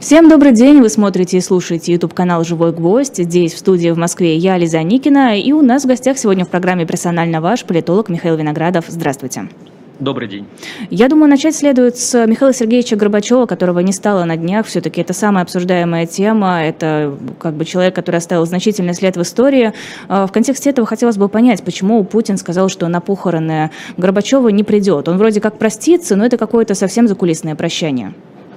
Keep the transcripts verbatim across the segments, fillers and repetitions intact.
Всем добрый день, вы смотрите и слушаете YouTube-канал «Живой гвоздь». Здесь, в студии в Москве, я, Лиза Никина, и у нас в гостях сегодня в программе «Персонально ваш» политолог Михаил Виноградов. Здравствуйте. Добрый день. Я думаю, начать следует с Михаила Сергеевича Горбачева, которого не стало на днях. Все-таки это самая обсуждаемая тема. Это как бы человек, который оставил значительный след в истории. В контексте этого хотелось бы понять, почему Путин сказал, что на похороны Горбачева не придет. Он вроде как простится, но это какое-то совсем закулисное прощание.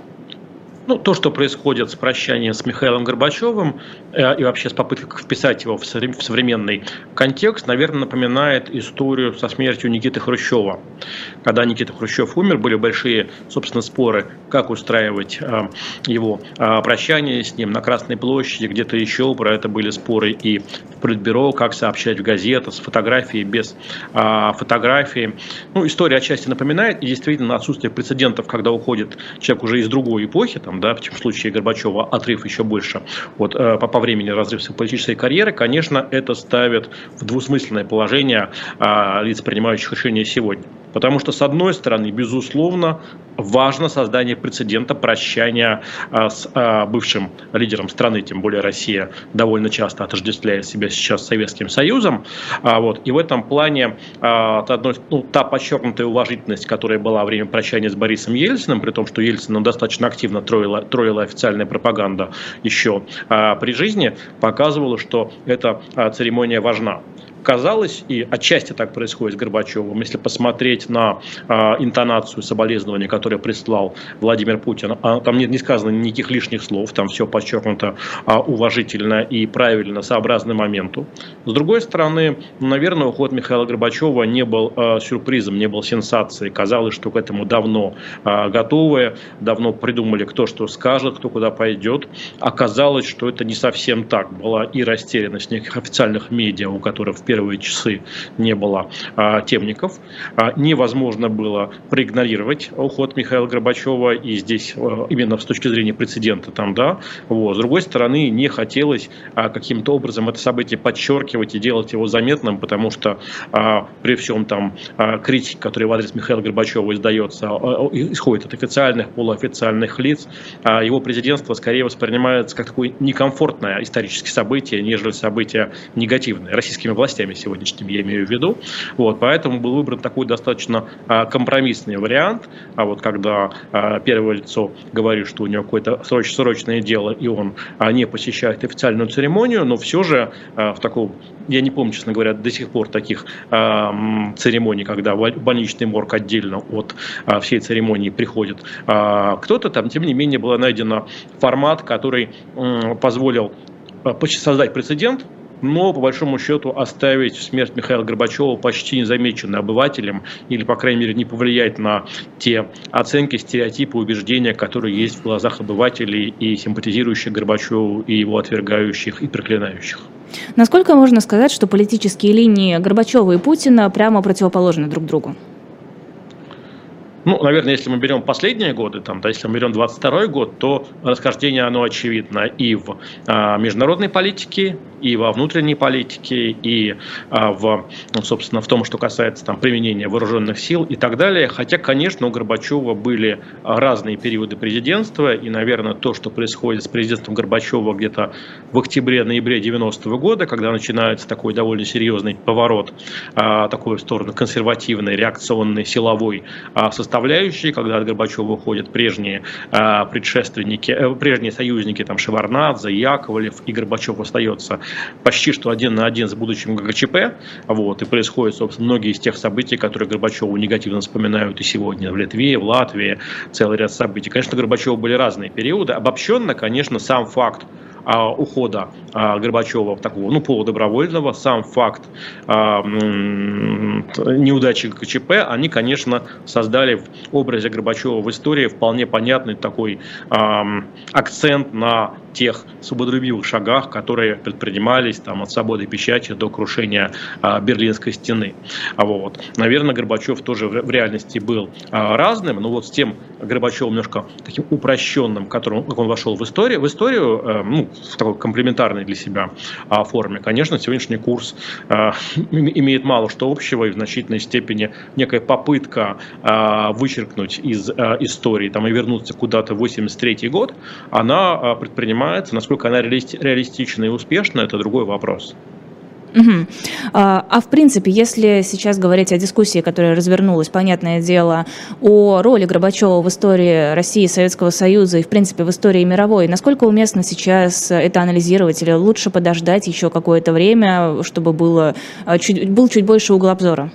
Ну, то, что происходит с прощанием с Михаилом Горбачевым э, и вообще с попыткой вписать его в современный контекст, наверное, напоминает историю со смертью Никиты Хрущева. Когда Никита Хрущев умер, были большие, собственно, споры, как устраивать э, его э, прощание с ним на Красной площади, где-то еще. Про это были споры и в Политбюро, как сообщать в газетах, с фотографией, без э, фотографии. Ну, история отчасти напоминает, и действительно отсутствие прецедентов, когда уходит человек уже из другой эпохи, там, да, в случае Горбачева отрыв еще больше вот, по, по времени разрыв своей политической карьеры, конечно, это ставит в двусмысленное положение а, лиц, принимающих решения сегодня. Потому что, с одной стороны, безусловно, важно создание прецедента прощания а, с а, бывшим лидером страны, тем более Россия довольно часто отождествляет себя сейчас с Советским Союзом. А, вот, и в этом плане а, одной, ну, та подчеркнутая уважительность, которая была во время прощания с Борисом Ельциным, при том, что Ельцина достаточно активно троила, троила официальная пропаганда еще а, при жизни, показывала, что эта а, церемония важна. Казалось, и отчасти так происходит с Горбачевым, если посмотреть на э, интонацию соболезнования, которое прислал Владимир Путин, а, там нет, не сказано никаких лишних слов, там все подчеркнуто э, уважительно и правильно, сообразно моменту. С другой стороны, наверное, уход Михаила Горбачева не был э, сюрпризом, не был сенсацией. Казалось, что к этому давно э, готовы, давно придумали, кто что скажет, кто куда пойдет. Оказалось, что это не совсем так. Была и растерянность неких официальных медиа, у которых в первые часы не было а, темников. А, невозможно было проигнорировать уход Михаила Горбачева, и здесь а, именно с точки зрения прецедента там, да. Вот. С другой стороны, не хотелось а, каким-то образом это событие подчеркивать и делать его заметным, потому что а, при всем там а, критике, которая в адрес Михаила Горбачева издается, а, исходит от официальных, полуофициальных лиц, а, его президентство скорее воспринимается как такое некомфортное историческое событие, нежели событие негативное российскими властями сегодняшним, я имею в виду. Вот, поэтому был выбран такой достаточно а, компромиссный вариант, а вот когда а, первое лицо говорит, что у него какое-то сроч, срочное дело, и он а, не посещает официальную церемонию, но все же а, в таком, я не помню, честно говоря, до сих пор таких а, церемоний, когда больничный морг отдельно от а, всей церемонии приходит а, кто-то, там, тем не менее, был найден формат, который м, позволил а, создать прецедент, но, по большому счету, оставить смерть Михаила Горбачева почти незамеченной обывателем или, по крайней мере, не повлиять на те оценки, стереотипы, убеждения, которые есть в глазах обывателей и симпатизирующих Горбачеву, и его отвергающих, и проклинающих. Насколько можно сказать, что политические линии Горбачева и Путина прямо противоположны друг другу? Ну, наверное, если мы берем последние годы, там, да, если мы берем двадцать второй год, то расхождение, оно очевидно и в а, международной политике, и во внутренней политике, и а, в, ну, собственно, в том, что касается там, применения вооруженных сил и так далее. Хотя, конечно, у Горбачева были разные периоды президентства, и, наверное, то, что происходит с президентством Горбачева где-то в октябре-ноябре девяностого года, когда начинается такой довольно серьезный поворот, а, такой в сторону консервативной, реакционной, силовой а, состояния, когда от Горбачева уходят прежние э, предшественники, э, прежние союзники, там Шеварнадзе, Яковлев, и Горбачев остается почти что один на один с будущим ГКЧП, вот, и происходят, собственно, многие из тех событий, которые Горбачеву негативно вспоминают и сегодня в Литве, в Латвии, целый ряд событий. Конечно, у Горбачева были разные периоды. Обобщенно, конечно, сам факт ухода а, Горбачева такого, ну, полудобровольного, сам факт а, неудачи ГКЧП, они, конечно, создали в образе Горбачева в истории вполне понятный такой а, акцент на тех свободолюбивых шагах, которые предпринимались там, от свободы печати до крушения а, Берлинской стены. А вот, наверное, Горбачев тоже в, в реальности был а, разным, но вот с тем Горбачевым немножко таким упрощенным, которым, как он вошел в историю, в историю, а, ну, в такой комплементарной для себя а, форме, конечно, сегодняшний курс а, имеет мало что общего и в значительной степени некая попытка а, вычеркнуть из а, истории там, и вернуться куда-то в восемьдесят третий год, она а, предпринимается. Насколько она реалистична и успешна, это другой вопрос. Угу. А, а в принципе, если сейчас говорить о дискуссии, которая развернулась, понятное дело, о роли Горбачева в истории России, Советского Союза и, в принципе, в истории мировой, насколько уместно сейчас это анализировать или лучше подождать еще какое-то время, чтобы было чуть, был чуть больше угол обзора?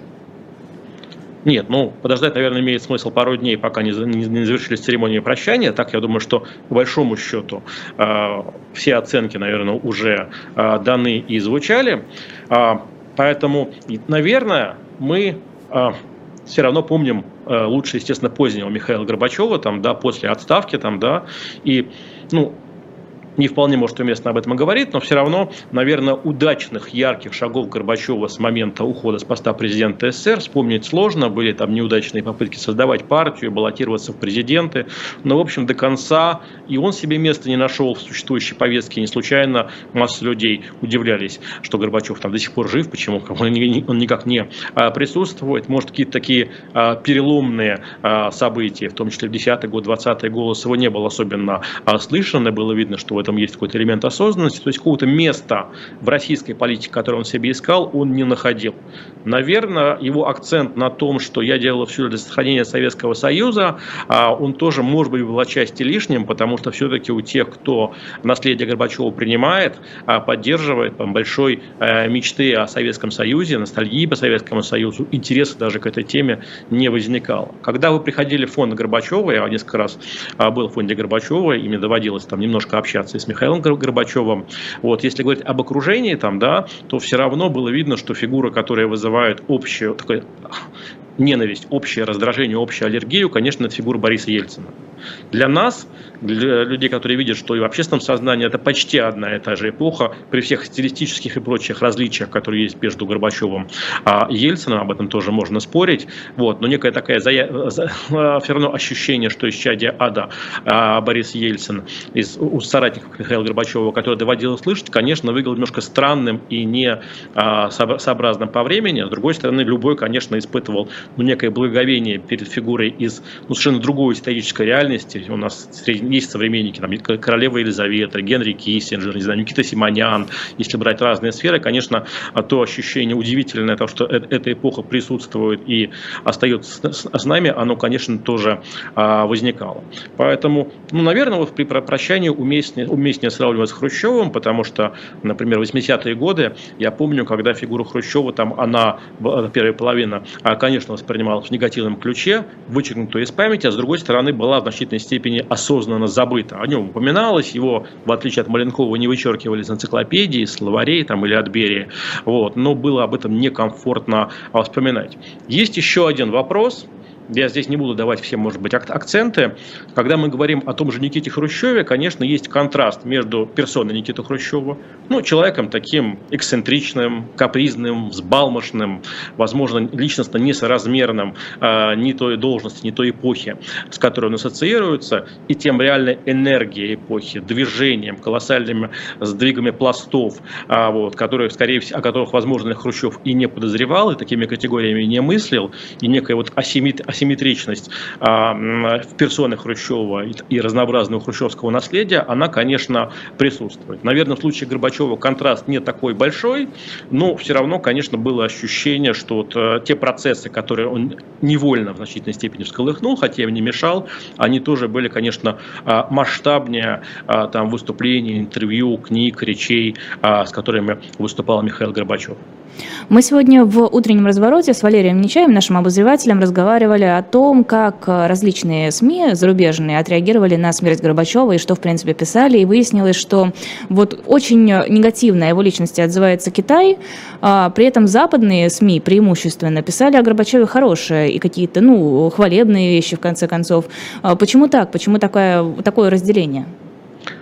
Нет, ну, подождать, наверное, имеет смысл пару дней, пока не, не, не завершились церемонии прощания. Так, я думаю, что, по большому счету, э, все оценки, наверное, уже э, даны и звучали. Э, поэтому, наверное, мы э, все равно помним э, лучше, естественно, позднего Михаила Горбачева, там, да, после отставки, там, да, и, ну, не вполне, может, уместно об этом и говорить, но все равно, наверное, удачных, ярких шагов Горбачева с момента ухода с поста президента СССР вспомнить сложно. Были там неудачные попытки создавать партию, баллотироваться в президенты. Но, в общем, до конца и он себе места не нашел в существующей повестке. Не случайно масса людей удивлялись, что Горбачев там до сих пор жив, почему он никак не присутствует. Может, какие-то такие переломные события, в том числе в десятый год, двадцатый голос его не был особенно слышен, и было видно, что в этом есть какой-то элемент осознанности, то есть какого-то места в российской политике, которое он себе искал, он не находил. Наверное, его акцент на том, что я делал все для сохранения Советского Союза, он тоже, может быть, был отчасти лишним, потому что все-таки у тех, кто наследие Горбачева принимает, поддерживает там, большой мечты о Советском Союзе, ностальгии по Советскому Союзу, интереса даже к этой теме не возникало. Когда вы приходили в фонд Горбачева, я несколько раз был в фонде Горбачева, и мне доводилось там немножко общаться с Михаилом Горбачевым. Вот, если говорить об окружении, там, да, то все равно было видно, что фигура, которая вызывает общую такую ненависть, общее раздражение, общую аллергию, конечно, это фигура Бориса Ельцина. Для нас, для людей, которые видят, что и в общественном сознании это почти одна и та же эпоха, при всех стилистических и прочих различиях, которые есть между Горбачевым и Ельциным, об этом тоже можно спорить, вот, но некое такое зая... все равно ощущение, что исчадие ада Борис Ельцин из у соратников Михаила Горбачева, который доводилось слышать, конечно, выглядел немножко странным и не сообразным по времени. С другой стороны, любой, конечно, испытывал ну, некое благоговение перед фигурой из ну, совершенно другой исторической реальности. У нас есть современники, там, королева Елизавета, Генри Киссинджер, не знаю, Никита Симонян. Если брать разные сферы, конечно, то ощущение удивительное, того, что эта эпоха присутствует и остается с нами, оно, конечно, тоже возникало. Поэтому, ну, наверное, вот при прощании уместнее, уместнее сравнивать с Хрущевым, потому что, например, в восьмидесятые годы, я помню, когда фигура Хрущева, там, она, первая половина, конечно, воспринималась в негативном ключе, вычеркнутая из памяти, а с другой стороны была в значительной степени осознанно забыта. О нем упоминалось, его, в отличие от Маленкова, не вычеркивали из энциклопедии, из словарей там, или от Берии, вот, но было об этом некомфортно вспоминать. Есть еще один вопрос. Я здесь не буду давать всем, может быть, акценты. Когда мы говорим о том же Никите Хрущеве, конечно, есть контраст между персоной Никиты Хрущева, ну, человеком таким эксцентричным, капризным, взбалмошным, возможно, личностно несоразмерным э, ни той должности, ни той эпохи, с которой он ассоциируется, и тем реальной энергией эпохи, движением, колоссальными сдвигами пластов, э, вот, которые, скорее всего, о которых, возможно, Хрущев и не подозревал, и такими категориями не мыслил, и некая вот асимметрия, асимметричность а, в персоне Хрущева и, и разнообразного хрущевского наследия, она, конечно, присутствует. Наверное, в случае Горбачева контраст не такой большой, но все равно, конечно, было ощущение, что вот, а, те процессы, которые он невольно в значительной степени всколыхнул, хотя им не мешал, они тоже были, конечно, а, масштабнее а, там, выступлений, интервью, книг, речей, а, с которыми выступал Михаил Горбачев. Мы сегодня в утреннем развороте с Валерием Нечаевым, нашим обозревателем, разговаривали о том, как различные СМИ зарубежные отреагировали на смерть Горбачева и что, в принципе, писали. И выяснилось, что вот очень негативно о его личности отзывается Китай, а при этом западные СМИ преимущественно писали о Горбачеве хорошее и какие-то, ну, хвалебные вещи, в конце концов. Почему так? Почему такое, такое разделение?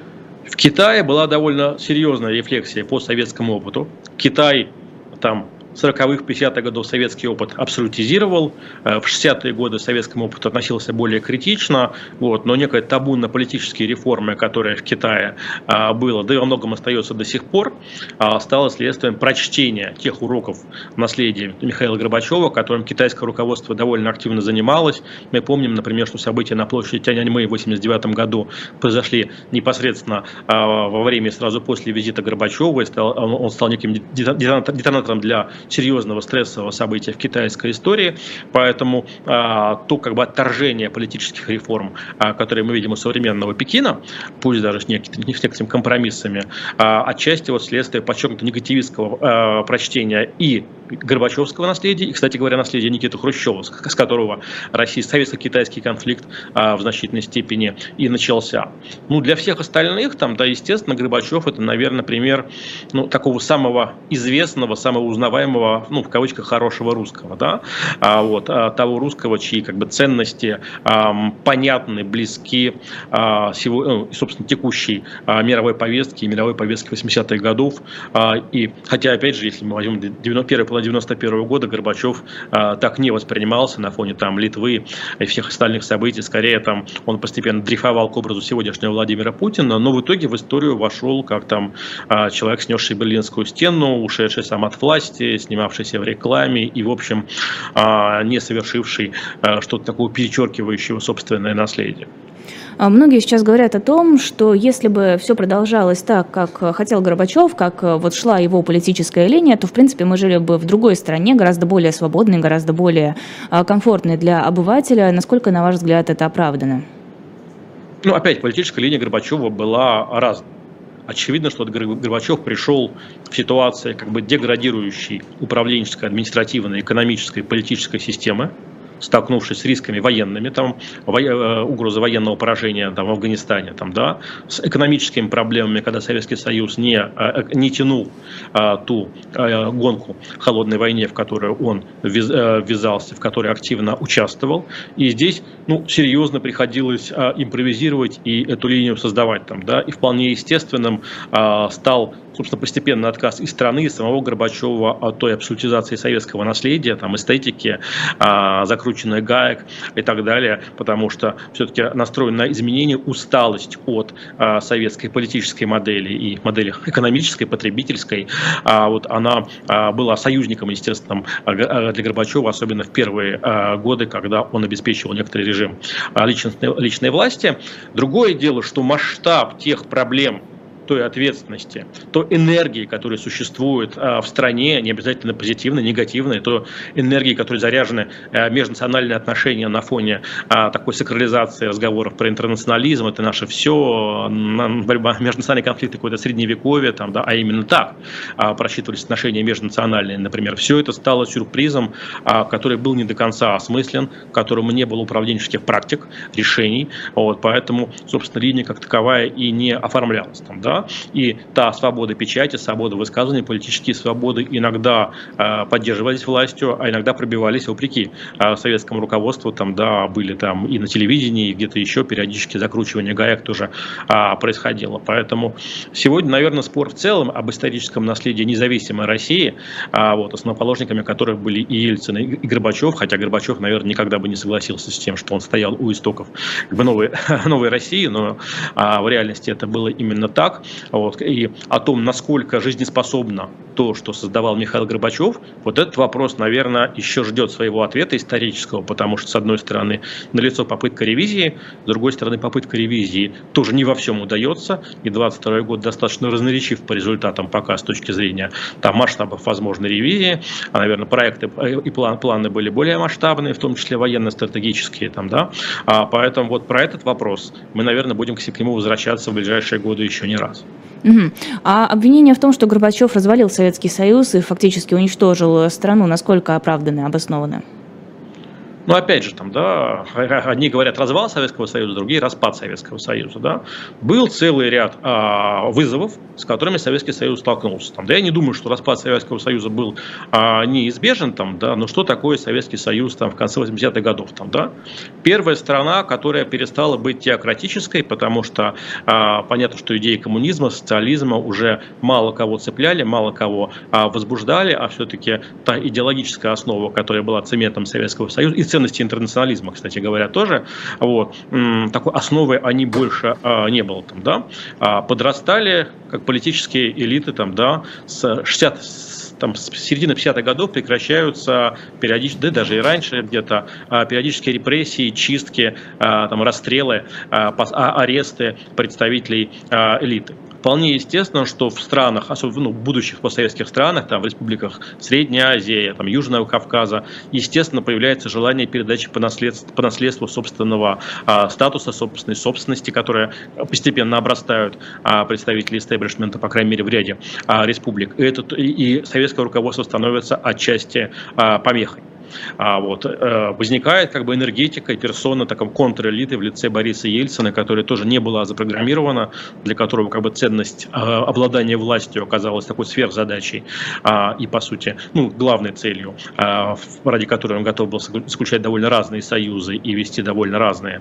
В Китае была довольно серьезная рефлексия по советскому опыту. Китай там сороковых, пятидесятых годов советский опыт абсолютизировал, в шестидесятые годы к советскому опыту относился более критично, вот, но некое табу на политические реформы, которое в Китае а, было, да и во многом остается до сих пор, а, стало следствием прочтения тех уроков наследия Михаила Горбачева, которым китайское руководство довольно активно занималось. Мы помним, например, что события на площади Тяньаньмэнь в восемьдесят девятом году произошли непосредственно а, во время и сразу после визита Горбачева, и стал, он, он стал неким детонатором для серьезного стрессового события в китайской истории, поэтому а, то как бы отторжение политических реформ, а, которые мы видим у современного Пекина, пусть даже с некоторыми, с некоторыми компромиссами, а, отчасти вот следствие подчеркнуто негативистского а, прочтения и горбачевского наследия, и, кстати говоря, наследия Никиты Хрущева, с которого российско-советско-китайский конфликт а, в значительной степени и начался. Ну, для всех остальных, там, да, естественно, Горбачев — это, наверное, пример ну, такого самого известного, самого узнаваемого, ну, в кавычках, хорошего русского, да, а, вот, а, того русского, чьи как бы ценности а, понятны, близки, а, сего, ну, собственно, текущей а, мировой повестки, мировой повестки восьмидесятых годов, а, и, хотя, опять же, если мы возьмем первую половину девяносто первого года, Горбачев а, так не воспринимался на фоне там Литвы и всех остальных событий, скорее там он постепенно дрейфовал к образу сегодняшнего Владимира Путина, но в итоге в историю вошел как там а, человек, снесший Берлинскую стену, ушедший сам от власти, снимавшийся в рекламе и, в общем, не совершивший что-то такое перечеркивающего собственное наследие. Многие сейчас говорят о том, что если бы все продолжалось так, как хотел Горбачев, как вот шла его политическая линия, то, в принципе, мы жили бы в другой стране, гораздо более свободной, гораздо более комфортной для обывателя. Насколько, на ваш взгляд, это оправдано? Ну, опять, политическая линия Горбачева была разной. Очевидно, что Горбачев пришел в ситуации как бы деградирующей управленческой, административной, экономической, политической системы, столкнувшись с рисками военными, там, во, угрозы военного поражения там, в Афганистане, там, да, с экономическими проблемами, когда Советский Союз не, не тянул а, ту а, гонку в холодной войне, в которую он ввязался, в которой активно участвовал. И здесь ну, серьезно приходилось а, импровизировать и эту линию создавать. Там, да, и вполне естественным а, стал собственно, постепенный отказ и страны, и самого Горбачева от той абсолютизации советского наследия, там, эстетики, а, закрученных гаек и так далее, потому что все-таки настроен на изменение, усталость от а, советской политической модели и модели экономической, потребительской, а, вот она а, была союзником, естественно, для Горбачева, особенно в первые а, годы, когда он обеспечивал некоторый режим а, личной, личной власти. Другое дело, что масштаб тех проблем, той ответственности, той энергии, которая существует а, в стране, не обязательно позитивной, негативной, той энергии, которой заряжены а, межнациональные отношения на фоне а, такой сакрализации разговоров про интернационализм, это наше все, борьба, межнациональные конфликты, какое-то средневековье, там, да, а именно так а, просчитывались отношения межнациональные, например. Все это стало сюрпризом, а, который был не до конца осмыслен, в котором не было управленческих практик, решений, вот, поэтому, собственно, линия как таковая и не оформлялась там, да. И та свобода печати, свобода высказывания, политические свободы иногда э, поддерживались властью, а иногда пробивались вопреки э, советскому руководству. Там, да, были там и на телевидении, и где-то еще периодически закручивание гаек тоже э, происходило. Поэтому сегодня, наверное, спор в целом об историческом наследии независимой России, э, вот, основоположниками которых были и Ельцин, и Горбачев, хотя Горбачев, наверное, никогда бы не согласился с тем, что он стоял у истоков как бы, новой, новой России, но э, в реальности это было именно так. Вот, и о том, насколько жизнеспособно то, что создавал Михаил Горбачев, вот этот вопрос, наверное, еще ждет своего ответа исторического, потому что, с одной стороны, налицо попытка ревизии, с другой стороны, попытка ревизии тоже не во всем удается, и двадцать второй год достаточно разноречив по результатам пока с точки зрения там, масштабов возможной ревизии, а, наверное, проекты и план, планы были более масштабные, в том числе военно-стратегические, там, да, а, поэтому вот про этот вопрос мы, наверное, будем к нему возвращаться в ближайшие годы еще не раз. Угу. А обвинение в том, что Горбачев развалил Советский Союз и фактически уничтожил страну, насколько оправданы, обоснованы? Ну, опять же, там, да, одни говорят развал Советского Союза, другие распад Советского Союза, да. Был целый ряд а, вызовов, с которыми Советский Союз столкнулся. Там, да, я не думаю, что распад Советского Союза был а, неизбежен, там, да, но что такое Советский Союз там, в конце восьмидесятых годов? Там, да? Первая страна, которая перестала быть теократической, потому что а, понятно, что идеи коммунизма, социализма уже мало кого цепляли, мало кого а, возбуждали, а все-таки та идеологическая основа, которая была цементом Советского Союза, и ценности интернационализма, кстати говоря, тоже, вот, такой основы они больше а, не было. Там, да? а, подрастали как политические элиты там, да, с шестидесятых, там, с середины пятидесятых годов прекращаются периодически, да даже и раньше где-то, периодические репрессии, чистки, там, расстрелы, аресты представителей элиты. Вполне естественно, что в странах, особенно ну, в будущих постсоветских странах, там, в республиках Средней Азии, там, Южного Кавказа, естественно, появляется желание передачи по наследству, по наследству собственного а, статуса, собственной собственности, которые постепенно обрастают а, представители истеблишмента, по крайней мере, в ряде а, республик. И, это, и, и советское руководство становится отчасти а, помехой. А вот, э, возникает как бы энергетика и персона такой контрэлиты в лице Бориса Ельцина, которая тоже не была запрограммирована, для которого как бы ценность э, обладания властью оказалась такой сверхзадачей э, и, по сути, ну, главной целью, э, ради которой он готов был заключать довольно разные союзы и вести довольно разные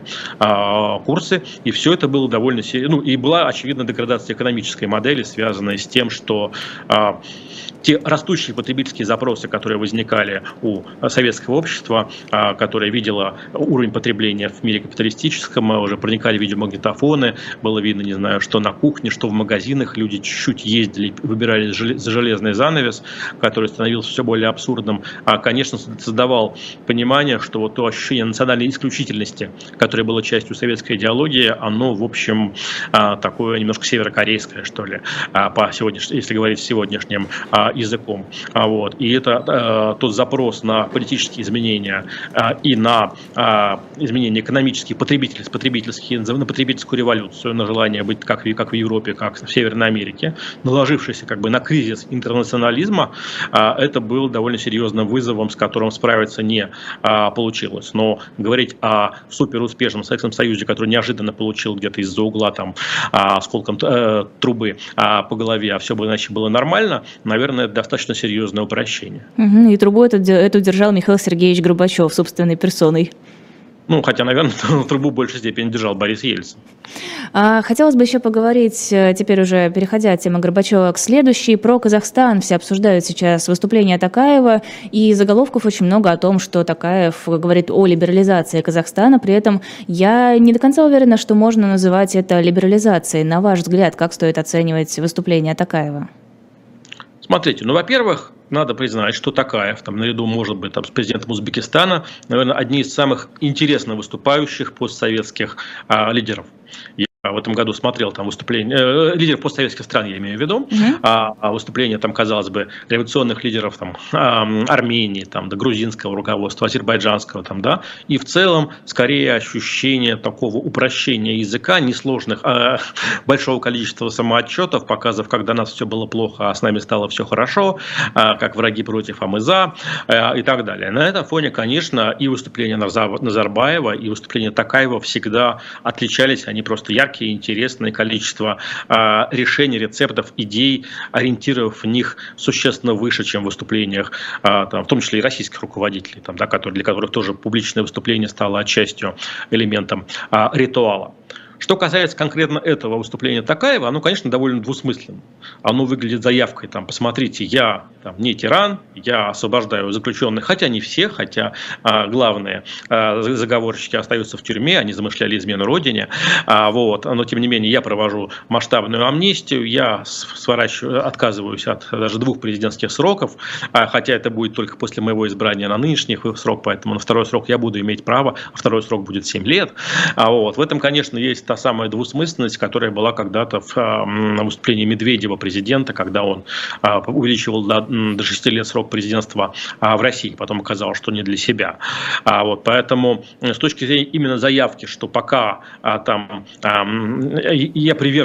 э, курсы. И все это было довольно серьезно. Ну, и была, очевидно, деградация экономической модели, связанная с тем, что э, те растущие потребительские запросы, которые возникали у советского общества, которое видело уровень потребления в мире капиталистическом, уже проникали видеомагнитофоны, было видно, не знаю, что на кухне, что в магазинах, люди чуть-чуть ездили, выбирали за железный занавес, который становился все более абсурдным, а, конечно, создавал понимание, что вот то ощущение национальной исключительности, которое было частью советской идеологии, оно, в общем, такое немножко северокорейское, что ли, по сегодняшнему, если говорить сегодняшним языком. Вот. И это тот запрос на политические изменения и на изменения экономические, потребительские, потребительские, на потребительскую революцию, на желание быть как, как в Европе, как в Северной Америке, наложившийся как бы на кризис интернационализма, это был довольно серьезным вызовом, с которым справиться не получилось. Но говорить о суперуспешном Советском Союзе, который неожиданно получил где-то из-за угла там осколком трубы по голове, а все бы иначе было нормально, наверное, это достаточно серьезное упрощение. Угу, и трубу эту, эту держал Михаил Сергеевич Горбачев собственной персоной. Ну, хотя, наверное, трубу в большей степени держал Борис Ельцин. Хотелось бы еще поговорить, теперь уже переходя от темы Горбачева к следующей, про Казахстан. Все обсуждают сейчас выступление Токаева, и заголовков очень много о том, что Токаев говорит о либерализации Казахстана. При этом я не до конца уверена, что можно называть это либерализацией. На ваш взгляд, как стоит оценивать выступление Токаева? Смотрите, ну, во-первых, надо признать, что Токаев, там, наряду, может быть, там, с президентом Узбекистана, наверное, одни из самых интересно выступающих постсоветских а, лидеров. Я в этом году смотрел там выступления э, лидеров постсоветских стран, я имею в виду, uh-huh. а, а выступления там, казалось бы, революционных лидеров там, э, Армении, там, да, грузинского руководства, азербайджанского, там, да, и в целом скорее ощущение такого упрощения языка, несложных, э, большого количества самоотчетов, показов, когда нас все было плохо, а с нами стало все хорошо, э, как враги против, а мы за, э, и так далее. На этом фоне, конечно, и выступления Назарбаева, и выступления Токаева всегда отличались, они просто яркие, интересное количество а, решений, рецептов, идей, ориентиров в них существенно выше, чем в выступлениях, а, там, в том числе и российских руководителей, там, да, которые, для которых тоже публичное выступление стало частью, элементом а, ритуала. Что касается конкретно этого выступления Токаева, оно, конечно, довольно двусмысленным. Оно выглядит заявкой, там, посмотрите, я там, не тиран, я освобождаю заключенных, хотя не все, хотя а, главные а, заговорщики остаются в тюрьме, они замышляли измену родине, а, вот, но тем не менее я провожу масштабную амнистию, я сворачиваю, отказываюсь от даже двух президентских сроков, а, хотя это будет только после моего избрания на нынешний срок, поэтому на второй срок я буду иметь право, а второй срок будет семь лет. А, вот, в этом, конечно, есть та самая двусмысленность, которая была когда-то в, на выступлении Медведева, президента, когда он а, увеличивал до, до шести лет срок президентства а, в России, потом оказалось, что не для себя. А, вот, поэтому с точки зрения именно заявки, что пока а, там а, я привержен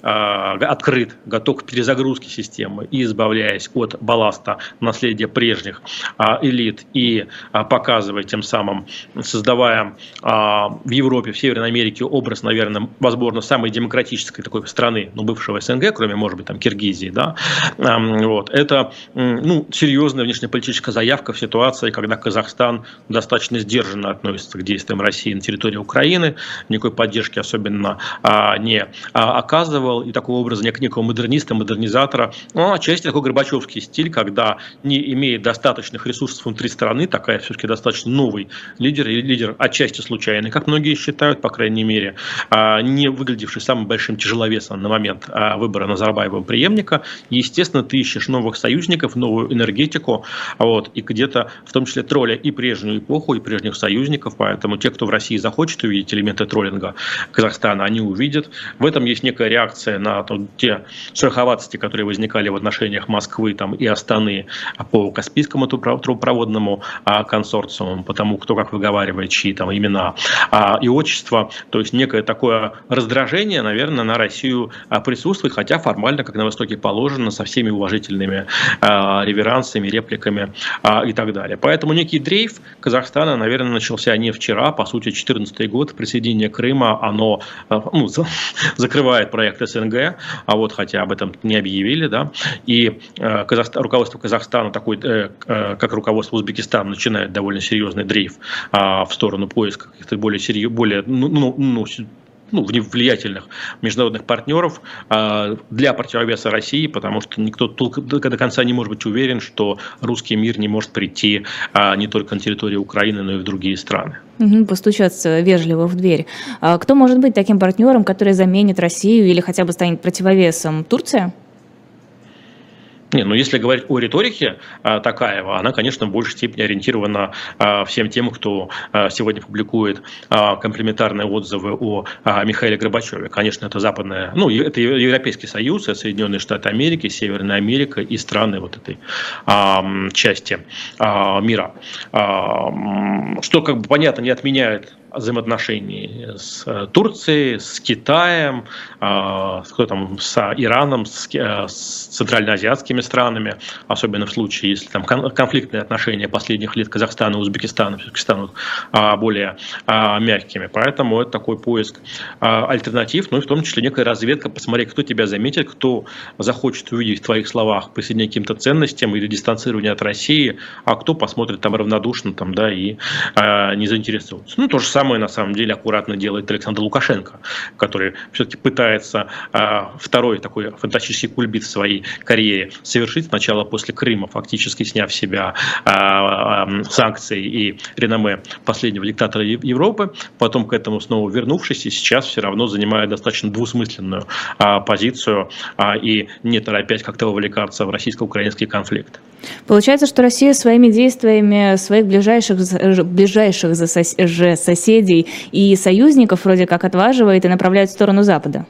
открыт, готов к перезагрузке системы и избавляясь от балласта наследия прежних элит и показывая тем самым, создавая в Европе, в Северной Америке образ, наверное, возможно, самой демократической такой страны, ну, бывшего СНГ, кроме, может быть, там, Киргизии, да, вот, это, ну, серьезная внешнеполитическая заявка в ситуации, когда Казахстан достаточно сдержанно относится к действиям России на территории Украины, никакой поддержки особенно а, не а, оказывал, и такого образа некого модерниста, модернизатора, ну, отчасти такой горбачевский стиль, когда не имеет достаточных ресурсов внутри страны, такая все-таки достаточно новый лидер, и лидер отчасти случайный, как многие считают, по крайней мере, а, не выглядевший самым большим тяжеловесом на момент а, выбора Назарбаева преемника. И, естественно, ты ищешь новых союзников, новую энергетику, вот, и где-то в том числе тролля и прежнюю эпоху, и прежних союзников, поэтому те, кто в России захочет увидеть элементы троллинга Казахстана, они увидят. В этом есть некая реакция на то, те шероховатости, которые возникали в отношениях Москвы там, и Астаны по Каспийскому трубопроводному а, консорциуму, потому кто как выговаривает чьи там имена а, и отчества, то есть некое такое раздражение, наверное, на Россию а, присутствует, хотя формально, как на Востоке положено, со всеми уважительными а, реверансами, репликами а, и так далее. Поэтому некий дрейф Казахстана, наверное, начался не вчера, по сути, две тысячи четырнадцатый год, присоединение Крыма, оно ну, закрывает проект СНГ, а вот хотя об этом не объявили, да, и э, Казахстан, руководство Казахстана, такой, э, э, как руководство Узбекистана, начинает довольно серьезный дрейф э, в сторону поиска каких-то более серьезных, более, ну, ну, ну, ну, влиятельных международных партнеров для противовеса России, потому что никто до конца не может быть уверен, что русский мир не может прийти не только на территорию Украины, но и в другие страны. Угу, постучаться вежливо в дверь. А кто может быть таким партнером, который заменит Россию или хотя бы станет противовесом? Турция? Не, ну если говорить о риторике а, Токаева, она, конечно, в большей степени ориентирована а, всем тем, кто а, сегодня публикует а, комплиментарные отзывы о а, Михаиле Горбачеве. Конечно, это западная, ну, это Европейский Союз, это Соединенные Штаты Америки, Северная Америка и страны вот этой а, части а, мира. А, что, как бы, понятно, не отменяет взаимоотношений с Турцией, с Китаем, с, кто там, с Ираном, с, с центральноазиатскими странами, особенно в случае, если там конфликтные отношения последних лет Казахстана и Узбекистана все-таки станут более мягкими. Поэтому это такой поиск альтернатив, ну и в том числе некая разведка, посмотреть, кто тебя заметит, кто захочет увидеть в твоих словах присоединение к каким-то ценностям или дистанцирование от России, а кто посмотрит там равнодушно там, да, и не заинтересуется. Ну, то же самое самое, на самом деле, аккуратно делает Александр Лукашенко, который все-таки пытается а, второй такой фантастический кульбит в своей карьере совершить. Сначала после Крыма, фактически сняв с себя а, а, санкции и реноме последнего диктатора Европы, потом к этому снова вернувшись, и сейчас все равно занимает достаточно двусмысленную а, позицию а, и не торопясь как-то вовлекаться в российско-украинский конфликт. Получается, что Россия своими действиями своих ближайших, ближайших же соседей и союзников вроде как отваживает и направляет в сторону Запада.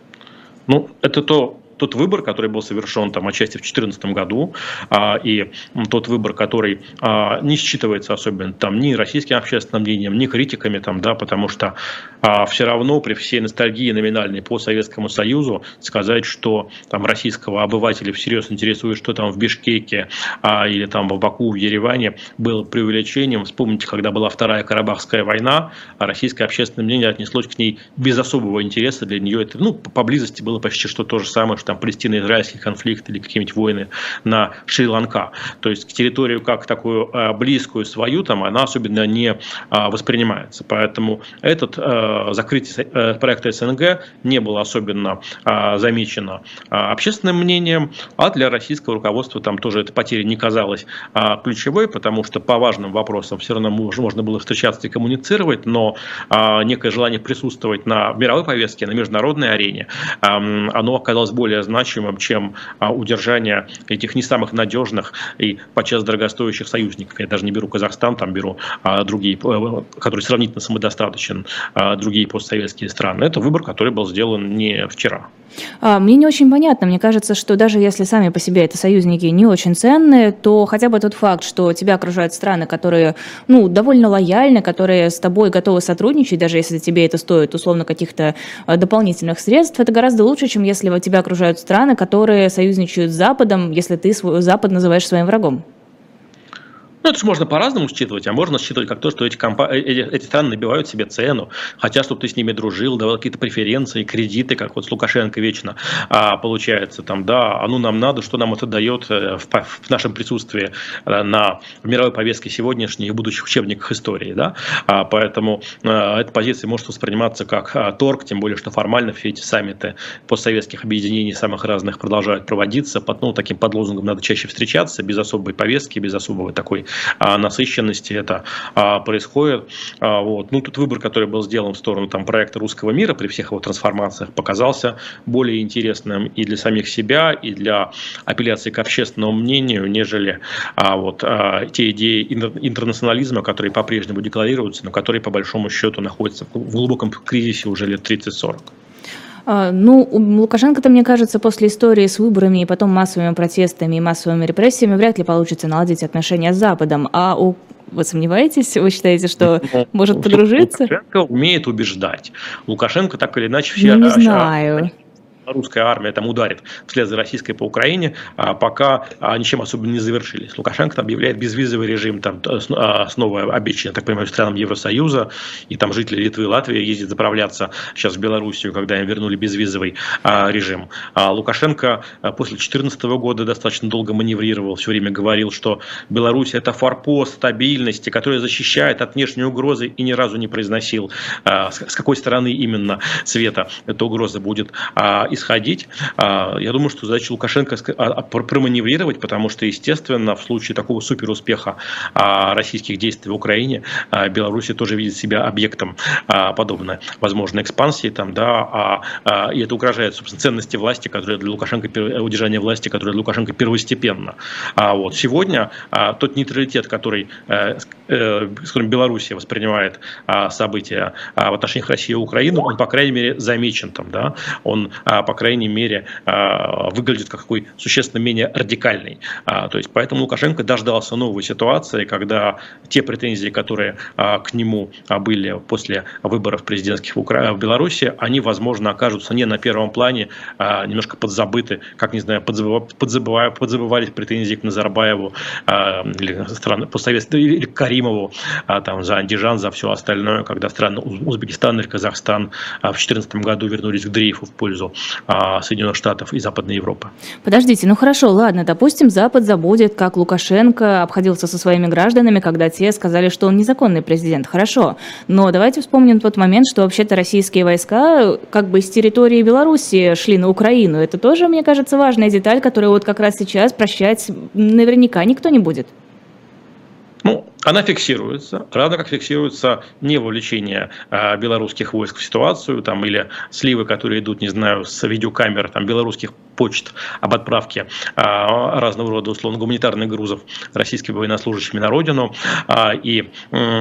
Ну, это то... Тот выбор, который был совершен там отчасти в две тысячи четырнадцатом году, а, и тот выбор, который а, не считывается особенно там ни российским общественным мнением, ни критиками, там, да, потому что а, все равно при всей ностальгии номинальной по Советскому Союзу сказать, что там российского обывателя всерьез интересует, что там в Бишкеке а, или там в Баку, в Ереване, было преувеличением. Вспомните, когда была Вторая Карабахская война, а российское общественное мнение отнеслось к ней без особого интереса. Для нее это, ну, поблизости было почти что то же самое, что там палестино-израильский конфликт или какие-нибудь войны на Шри-Ланка. То есть территорию как такую а, близкую свою, там, она особенно не а, воспринимается. Поэтому этот а, закрытие а, проекта СНГ не было особенно а, замечено а, общественным мнением, а для российского руководства там тоже эта потеря не казалась а, ключевой, потому что по важным вопросам все равно можно, можно было встречаться и коммуницировать, но а, некое желание присутствовать на мировой повестке, на международной арене, а, оно оказалось более более значимым, чем удержание этих не самых надежных и подчас дорогостоящих союзников. Я даже не беру Казахстан, там беру другие, который сравнительно самодостаточен, другие постсоветские страны. Это выбор, который был сделан не вчера. Мне не очень понятно. Мне кажется, что даже если сами по себе это союзники не очень ценные, то хотя бы тот факт, что тебя окружают страны, которые, ну, довольно лояльны, которые с тобой готовы сотрудничать, даже если тебе это стоит условно каких-то дополнительных средств, это гораздо лучше, чем если тебя окружают страны, которые союзничают с Западом, если ты свой Запад называешь своим врагом. Ну, это же можно по-разному считывать, а можно считывать как то, что эти, компа... эти, эти страны набивают себе цену, хотят, чтобы ты с ними дружил, давал какие-то преференции, кредиты, как вот с Лукашенко вечно а, получается, там, да, а ну нам надо, что нам это дает в, в нашем присутствии на в мировой повестке сегодняшней и будущих учебниках истории, да, а, поэтому а, эта позиция может восприниматься как а, торг, тем более, что формально все эти саммиты постсоветских объединений самых разных продолжают проводиться, под, ну, таким под лозунгом надо чаще встречаться, без особой повестки, без особого такой насыщенности это а, происходит. А, вот. Ну, тут выбор, который был сделан в сторону там, проекта русского мира при всех его трансформациях, показался более интересным и для самих себя, и для апелляции к общественному мнению, нежели а, вот, а, те идеи интернационализма, которые по-прежнему декларируются, но которые по большому счету находятся в глубоком кризисе уже лет тридцать-сорок. Ну, у Лукашенко-то, мне кажется, после истории с выборами и потом массовыми протестами и массовыми репрессиями вряд ли получится наладить отношения с Западом. А у... Вы сомневаетесь? Вы считаете, что может подружиться? Лукашенко умеет убеждать. Лукашенко так или иначе все... Ну, не знаю. Русская армия там ударит вслед за российской по Украине, пока ничем особо не завершились. Лукашенко там объявляет безвизовый режим, там снова обещанный, так понимаю, странам Евросоюза, и там жители Литвы и Латвии ездят заправляться сейчас в Белоруссию, когда им вернули безвизовый режим. Лукашенко после две тысячи четырнадцатого года достаточно долго маневрировал, все время говорил, что Беларусь это форпост стабильности, который защищает от внешней угрозы, и ни разу не произносил, с какой стороны именно света эта угроза будет исходить. Я думаю, что задача Лукашенко проманеврировать, потому что, естественно, в случае такого суперуспеха российских действий в Украине, Беларусь тоже видит себя объектом подобной возможной экспансии, там, да, и это угрожает, собственно, ценности власти, которые для Лукашенко, удержание власти, которое для Лукашенко первостепенно. Вот. Сегодня тот нейтралитет, который, с которым Белоруссия воспринимает события в отношениях России и Украины, он, по крайней мере, замечен там, да, он по крайней мере, выглядит как какой существенно менее радикальный. То есть, поэтому Лукашенко дождался новой ситуации, когда те претензии, которые к нему были после выборов президентских в Беларуси, они, возможно, окажутся не на первом плане, немножко подзабыты, как, не знаю, подзабывали, подзабывались претензии к Назарбаеву или, страны, или к Каримову там, за Андижан, за все остальное, когда страны Узбекистан или Казахстан в две тысячи четырнадцатом году вернулись к дрейфу в пользу Соединенных Штатов и Западной Европы. Подождите, ну хорошо, ладно, допустим, Запад забудет, как Лукашенко обходился со своими гражданами, когда те сказали, что он незаконный президент. Хорошо, но давайте вспомним тот момент, что вообще-то российские войска как бы с территории Беларуси шли на Украину. Это тоже, мне кажется, важная деталь, которую вот как раз сейчас прощать наверняка никто не будет. Ну, она фиксируется, равно как фиксируется не вовлечение а, белорусских войск в ситуацию, там, или сливы, которые идут, не знаю, с видеокамер там, белорусских почт об отправке а, разного рода, условно, гуманитарных грузов российскими военнослужащими на родину. А, и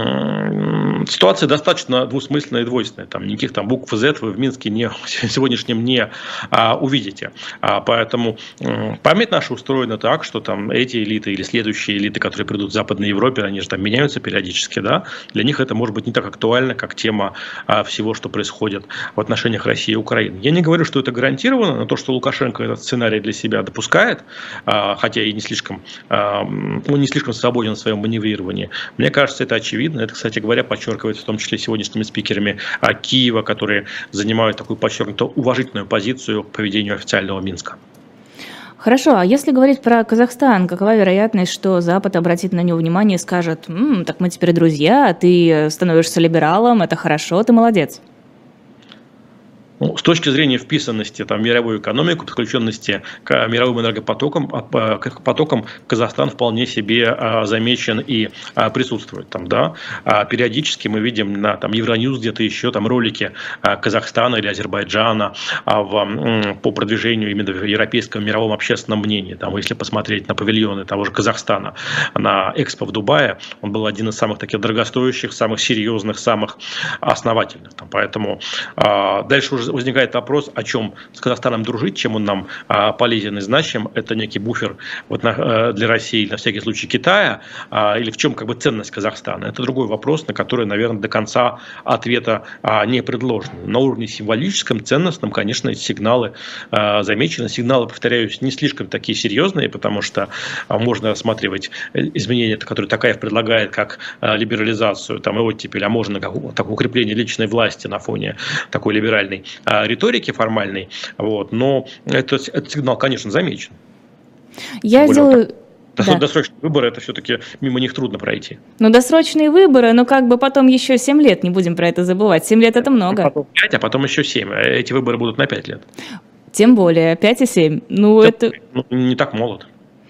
м- ситуация достаточно двусмысленная и двойственная. Там, никаких там букв Z вы в Минске не, сегодняшнем не а, увидите. А, поэтому м- память наша устроена так, что там эти элиты или следующие элиты, которые придут в Западной Европе, они же там меняются периодически, да, для них это может быть не так актуально, как тема а, всего, что происходит в отношениях России и Украины. Я не говорю, что это гарантированно, но то, что Лукашенко этот сценарий для себя допускает, а, хотя и не слишком, а, он не слишком свободен в своем маневрировании, мне кажется, это очевидно. Это, кстати говоря, подчеркивается в том числе сегодняшними спикерами а, Киева, которые занимают такую подчеркнуто уважительную позицию к поведению официального Минска. Хорошо, а если говорить про Казахстан, какова вероятность, что Запад обратит на него внимание и скажет: «М, так мы теперь друзья, ты становишься либералом, это хорошо, ты молодец»? Ну, с точки зрения вписанности там, в мировую экономику, подключенности к мировым энергопотокам, к потокам, Казахстан вполне себе а, замечен и а, присутствует там, да. А периодически мы видим на там, Евроньюз где-то еще там ролики а, Казахстана или Азербайджана а, в, м, по продвижению именно в европейском мировом общественном мнении. Там, если посмотреть на павильоны того же Казахстана на Экспо в Дубае, он был один из самых таких дорогостоящих, самых серьезных, самых основательных. Там, поэтому а, дальше уже возникает вопрос, о чем с Казахстаном дружить, чем он нам а, полезен и значим. Это некий буфер вот, на, а, для России, на всякий случай Китая, а, или в чем как бы ценность Казахстана. Это другой вопрос, на который, наверное, до конца ответа а, не предложен. На уровне символическом, ценностном, конечно, эти сигналы а, замечены. Сигналы, повторяюсь, не слишком такие серьезные, потому что а, можно рассматривать изменения, которые Токаев предлагает, как а, либерализацию, там, и оттепель, а можно как, как укрепление личной власти на фоне такой либеральной риторики формальной, вот, но этот, этот сигнал, конечно, замечен. Я сделаю... Да. Досрочные выборы, это все-таки мимо них трудно пройти. Ну, досрочные выборы, но как бы потом еще семь лет, не будем про это забывать. семь лет это много. Потом пять, а потом еще семь. Эти выборы будут на пять лет. Тем более, пять и семь. Ну, это... Ну, не так молод.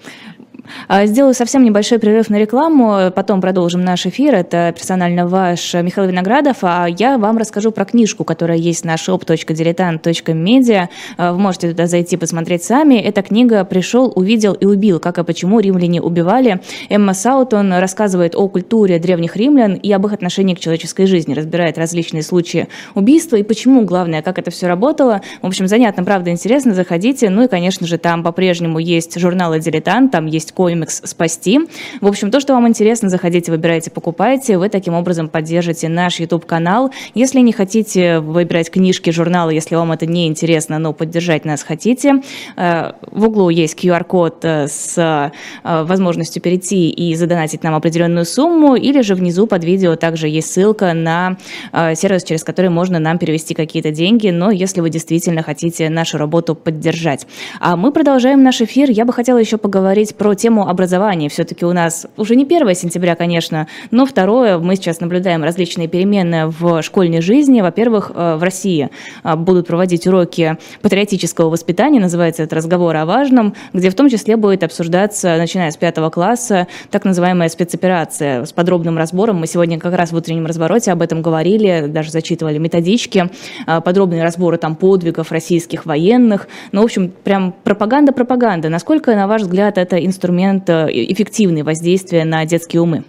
Сделаю совсем небольшой перерыв на рекламу, потом продолжим наш эфир. Это персонально ваш Михаил Виноградов, а я вам расскажу про книжку, которая есть на шоп точка дилетант точка медиа. Вы можете туда зайти, посмотреть сами. Эта книга «Пришел, увидел и убил. Как и почему римляне убивали». Эмма Саутон рассказывает о культуре древних римлян и об их отношении к человеческой жизни, разбирает различные случаи убийства и почему, главное, как это все работало. В общем, занятно, правда, интересно, заходите. Ну и, конечно же, там по-прежнему есть журналы «Дилетант», там есть комикс «Спасти». В общем, то, что вам интересно, заходите, выбирайте, покупайте. Вы таким образом поддержите наш YouTube-канал. Если не хотите выбирать книжки, журналы, если вам это не интересно, но поддержать нас хотите, в углу есть ку ар-код с возможностью перейти и задонатить нам определенную сумму, или же внизу под видео также есть ссылка на сервис, через который можно нам перевести какие-то деньги, но если вы действительно хотите нашу работу поддержать. А мы продолжаем наш эфир. Я бы хотела еще поговорить про тему образования. Все-таки у нас уже не первое сентября, конечно, но второе. Мы сейчас наблюдаем различные перемены в школьной жизни. Во-первых, в России будут проводить уроки патриотического воспитания, называется это «Разговор о важном», где в том числе будет обсуждаться, начиная с пятого класса, так называемая спецоперация с подробным разбором. Мы сегодня как раз в утреннем развороте об этом говорили, даже зачитывали методички, подробные разборы там подвигов российских военных. Ну, в общем, прям пропаганда-пропаганда. Насколько, на ваш взгляд, это инструмент эффективный воздействия на детские умы?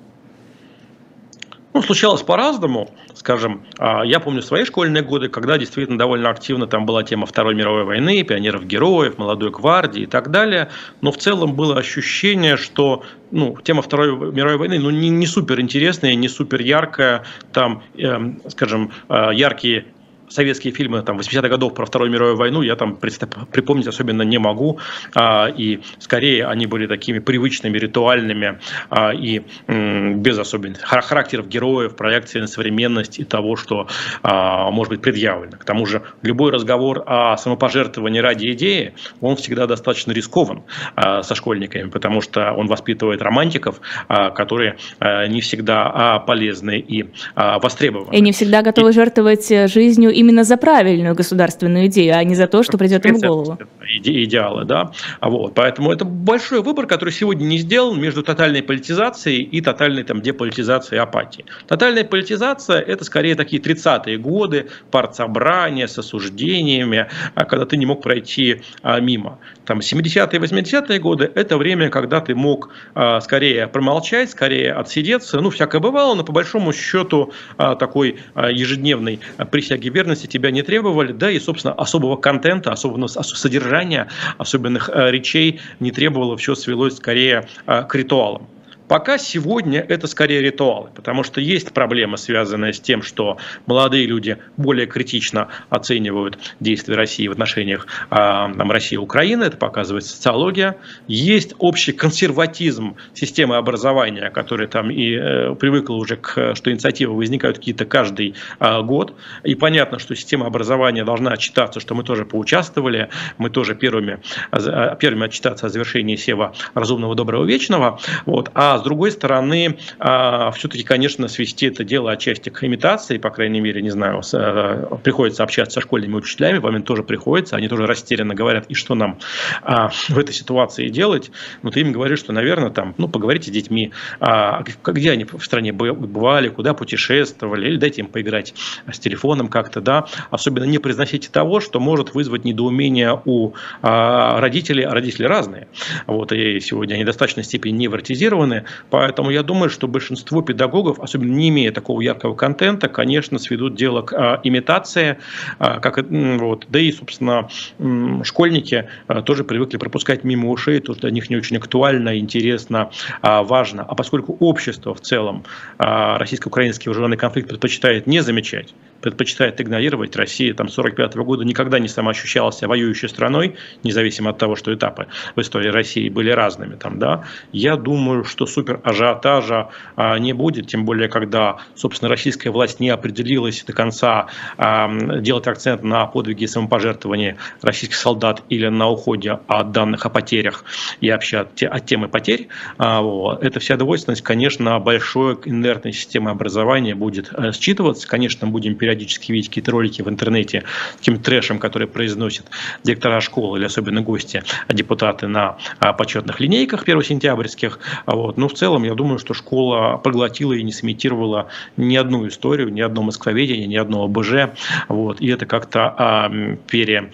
Ну, случалось по-разному, скажем, я помню свои школьные годы, когда действительно довольно активно там была тема Второй мировой войны, пионеров-героев, молодой гвардии и так далее, но в целом было ощущение, что ну, тема Второй мировой войны ну, не, не супер интересная, не супер яркая, там, э, скажем, э, яркие советские фильмы там, восьмидесятых годов про Вторую мировую войну я там припомнить особенно не могу. А, и скорее они были такими привычными, ритуальными а, и м, без особенных характеров героев, проекции на современность и того, что а, может быть предъявлено. К тому же любой разговор о самопожертвовании ради идеи, он всегда достаточно рискован а, со школьниками, потому что он воспитывает романтиков, а, которые а, не всегда а, полезны и а, востребованы. И не всегда готовы и... жертвовать жизнью именно за правильную государственную идею, а не за то, что придет им в голову. Иде- идеалы, да. Вот. Поэтому это большой выбор, который сегодня не сделан между тотальной политизацией и тотальной там, деполитизацией и апатией. Тотальная политизация – это скорее такие тридцатые годы, партсобрания с осуждениями, когда ты не мог пройти а, мимо. Там, семидесятые и восьмидесятые годы – это время, когда ты мог а, скорее промолчать, скорее отсидеться. Ну, всякое бывало, но по большому счету а, такой а, ежедневной присяги верности тебя не требовали, да, и, собственно, особого контента, особого содержания, особенных э, речей не требовало, все свелось скорее э, к ритуалам. Пока сегодня это скорее ритуалы, потому что есть проблема, связанная с тем, что молодые люди более критично оценивают действия России в отношениях э, там, России и Украины, это показывает социология. Есть общий консерватизм системы образования, которая там и э, привыкла уже, к, что инициативы возникают какие-то каждый э, год. И понятно, что система образования должна отчитаться, что мы тоже поучаствовали, мы тоже первыми, э, первыми отчитаться о завершении сева разумного, доброго, вечного. Вот. А с с другой стороны, все-таки, конечно, свести это дело отчасти к имитации, по крайней мере, не знаю, приходится общаться со школьными учителями, по мне тоже приходится, они тоже растерянно говорят, и что нам в этой ситуации делать. Но ты им говоришь, что, наверное, там, ну, поговорите с детьми, где они в стране бывали, куда путешествовали, или дайте им поиграть с телефоном как-то, да, особенно не произносите того, что может вызвать недоумение у родителей, а родители разные, вот, и сегодня они в достаточной степени невротизированы, поэтому я думаю, что большинство педагогов, особенно не имея такого яркого контента, конечно, сведут дело к а, имитации, а, как, вот, да и, собственно, школьники а, тоже привыкли пропускать мимо ушей то, что для них не очень актуально, интересно, а, важно, а поскольку общество в целом а, российско-украинский вооруженный конфликт предпочитает не замечать, предпочитает игнорировать, Россия там сорок пятого года никогда не самоощущала себя воюющей страной, независимо от того, что этапы в истории России были разными. Там, да. Я думаю, что супер ажиотажа а, не будет, тем более, когда, собственно, российская власть не определилась до конца а, делать акцент на подвиге и самопожертвовании российских солдат или на уходе от данных о потерях и вообще от, от темы потерь. А, вот. Эта вся двойственность, конечно, большой инертной системы образования будет а, считываться. Конечно, будем периодически видеть какие-то ролики в интернете с таким трэшем, который произносят директора школы или особенно гости, депутаты на а, почетных линейках первосентябрьских. А, вот. Но в целом, я думаю, что школа проглотила и не сымитировала ни одну историю, ни одно москвоведение, ни одно ОБЖ. Вот. И это как-то а, пере,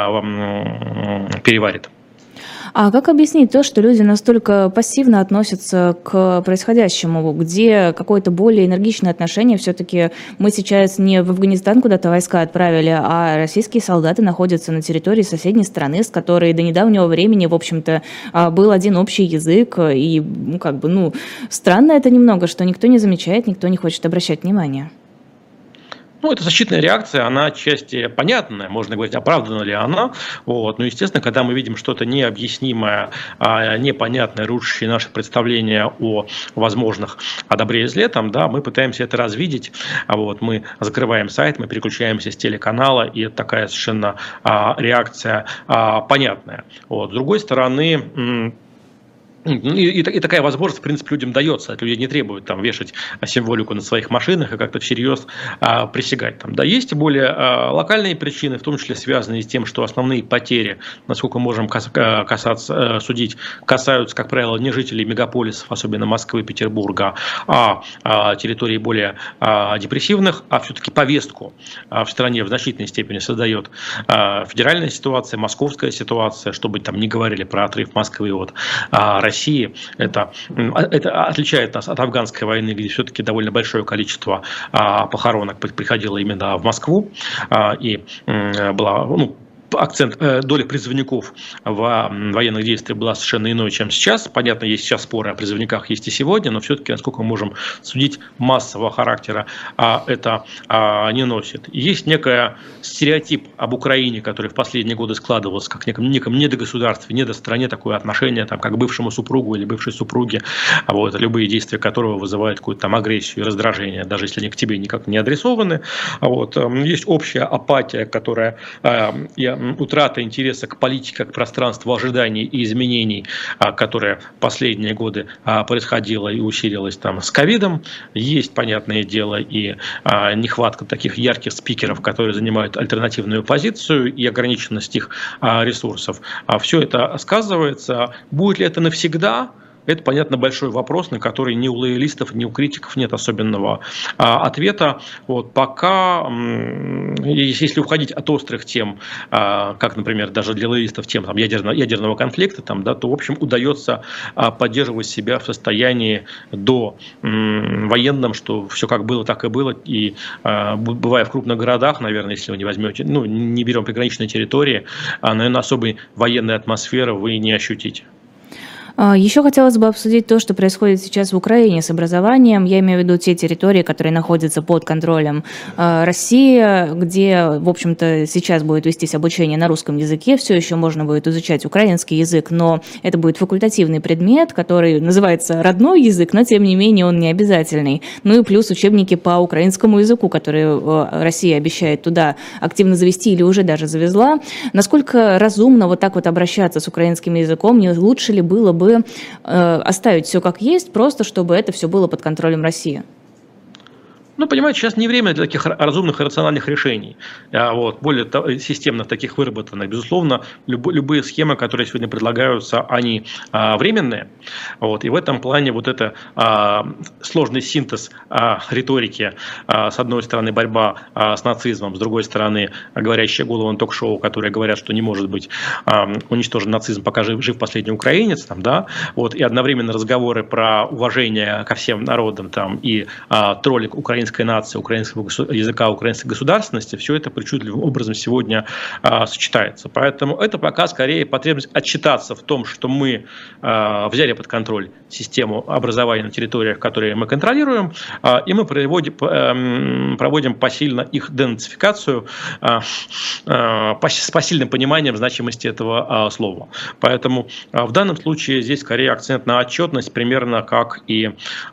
а, переварит. А как объяснить то, что люди настолько пассивно относятся к происходящему, где какое-то более энергичное отношение? Все-таки мы сейчас не в Афганистан куда-то войска отправили, а российские солдаты находятся на территории соседней страны, с которой до недавнего времени, в общем-то, был один общий язык. И, ну, как бы, ну, странно это немного, что никто не замечает, никто не хочет обращать внимание. Ну, это защитная реакция, она отчасти понятная, можно говорить, оправдана ли она. Вот. Но, естественно, когда мы видим что-то необъяснимое, непонятное, рушащее наше представление о возможных о добре и зле, там, да, мы пытаемся это развидеть. Вот. Мы закрываем сайт, мы переключаемся с телеканала, и это такая совершенно реакция понятная. Вот. С другой стороны, И, и, и такая возможность, в принципе, людям дается. От людей не требуют там вешать символику на своих машинах и как-то всерьез а, присягать. Там, да, есть и более а, локальные причины, в том числе связанные с тем, что основные потери, насколько можем кас- касаться, а, судить, касаются, как правило, не жителей мегаполисов, особенно Москвы, Петербурга, а, а территорий более а, депрессивных, а все-таки повестку а, в стране в значительной степени создает а, федеральная ситуация, московская ситуация, чтобы там не говорили про отрыв Москвы от а, России. Это, это отличает нас от афганской войны, где все-таки довольно большое количество а, похоронок приходило именно в Москву, а, и а, была, ну, акцент, э, доля призывников в военных действиях была совершенно иной, чем сейчас. Понятно, есть сейчас споры о призывниках, есть и сегодня, но все-таки, насколько мы можем судить, массового характера а, это а, не носит. Есть некий стереотип об Украине, который в последние годы складывался как неком, неком недогосударстве, недостране, такое отношение там, как к бывшему супругу или бывшей супруге, а вот, любые действия которого вызывают какую-то там агрессию и раздражение, даже если они к тебе никак не адресованы. А вот, есть общая апатия, которая а, я утрата интереса к политике как пространству ожиданий и изменений, которая последние годы происходила и усилилась там с ковидом. Есть, понятное дело, и нехватка таких ярких спикеров, которые занимают альтернативную позицию, и ограниченность их ресурсов. Все это сказывается. Будет ли это навсегда? Это, понятно, большой вопрос, на который ни у лоялистов, ни у критиков нет особенного а, ответа. Вот, пока, м, если уходить от острых тем, а, как, например, даже для лоялистов тем там, ядерного, ядерного конфликта, там, да, то, в общем, удается а, поддерживать себя в состоянии до м, военном, что все как было, так и было. И а, бывая в крупных городах, наверное, если вы не возьмете, ну, не берем приграничные территории, а, наверное, особой военной атмосферы вы не ощутите. Еще хотелось бы обсудить то, что происходит сейчас в Украине с образованием. Я имею в виду те территории, которые находятся под контролем России, где, в общем-то, сейчас будет вестись обучение на русском языке. Все еще можно будет изучать украинский язык, но это будет факультативный предмет, который называется родной язык, но, тем не менее, он не обязательный. Ну и плюс учебники по украинскому языку, которые Россия обещает туда активно завести или уже даже завезла. Насколько разумно вот так вот обращаться с украинским языком? Не лучше ли было бы чтобы э, оставить все как есть, просто чтобы это все было под контролем России? Ну, понимаете, сейчас не время для таких разумных и рациональных решений, вот, более системных таких выработанных. Безусловно, люб, любые схемы, которые сегодня предлагаются, они а, временные. Вот, и в этом плане вот это а, сложный синтез а, риторики, а, с одной стороны борьба а, с нацизмом, с другой стороны говорящие головы на ток-шоу, которые говорят, что не может быть а, уничтожен нацизм, пока жив, жив последний украинец, там, да, вот, и одновременно разговоры про уважение ко всем народам там, и а, троллик украинской нации, украинского языка, украинской государственности, все это причудливым образом сегодня а, сочетается. Поэтому это пока скорее потребность отчитаться в том, что мы а, взяли под контроль систему образования на территориях, которые мы контролируем, а, и мы проводим, а, проводим посильно их денацификацию а, а, с посильным пониманием значимости этого а, слова. Поэтому а, в данном случае здесь скорее акцент на отчетность, примерно как и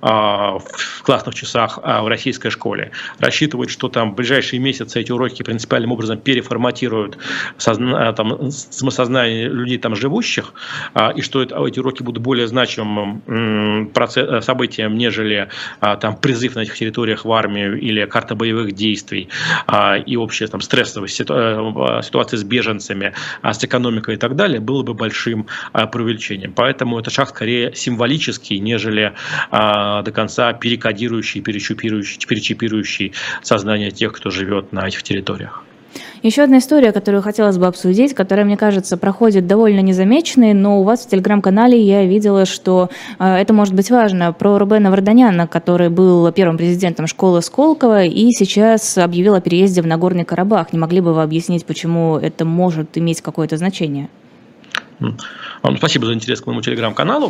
а, в классных часах а, в российской школе. Рассчитывают, что там в ближайшие месяцы эти уроки принципиальным образом переформатируют созна, там, самосознание людей там живущих, а, и что это, эти уроки будут более значимым м, процесс, событием, нежели а, там, призыв на этих территориях в армию или карта боевых действий а, и общая там, стрессовая ситу, ситуация с беженцами, а, с экономикой и так далее, было бы большим а, преувеличением. Поэтому это шаг скорее символический, нежели а, до конца перекодирующий, перечипирующий, перечипирующий сознание тех, кто живет на этих территориях. Еще одна история, которую хотелось бы обсудить, которая, мне кажется, проходит довольно незамеченной, но у вас в телеграм-канале я видела, что э, это может быть важно, про Рубена Варданяна, который был первым президентом школы Сколково и сейчас объявил о переезде в Нагорный Карабах. Не могли бы вы объяснить, почему это может иметь какое-то значение? Спасибо за интерес к моему телеграм-каналу.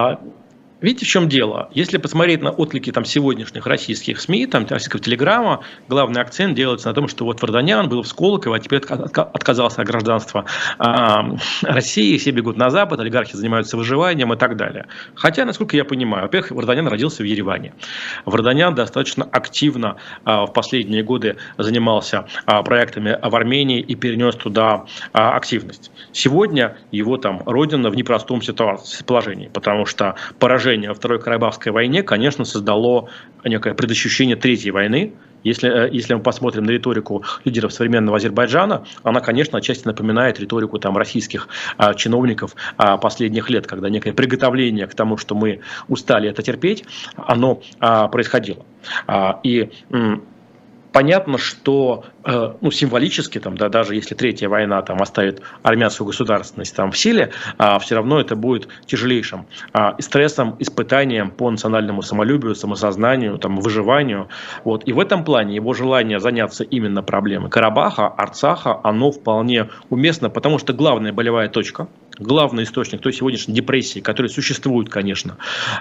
Видите, в чем дело? Если посмотреть на отклики там, сегодняшних российских СМИ, там, российского телеграмма, главный акцент делается на том, что вот Варданян был в Сколково, а теперь отказался от гражданства а, России, все бегут на Запад, олигархи занимаются выживанием и так далее. Хотя, насколько я понимаю, во-первых, Варданян родился в Ереване. Варданян достаточно активно а, в последние годы занимался а, проектами в Армении и перенес туда а, активность. Сегодня его там родина в непростом ситуации, положении, потому что поражение во Второй Карабахской войне, конечно, создало некое предощущение Третьей войны. Если, если мы посмотрим на риторику лидеров современного Азербайджана, она, конечно, отчасти напоминает риторику там, российских а, чиновников а, последних лет, когда некое приготовление к тому, что мы устали это терпеть, оно а, происходило. А, и м- Понятно, что э, ну, символически, там, да, даже если Третья война там, оставит армянскую государственность там, в силе, э, все равно это будет тяжелейшим э, стрессом, испытанием по национальному самолюбию, самосознанию, там, выживанию. Вот. И в этом плане его желание заняться именно проблемой Карабаха, Арцаха, оно вполне уместно, потому что главная болевая точка, главный источник той сегодняшней депрессии, который существует, конечно,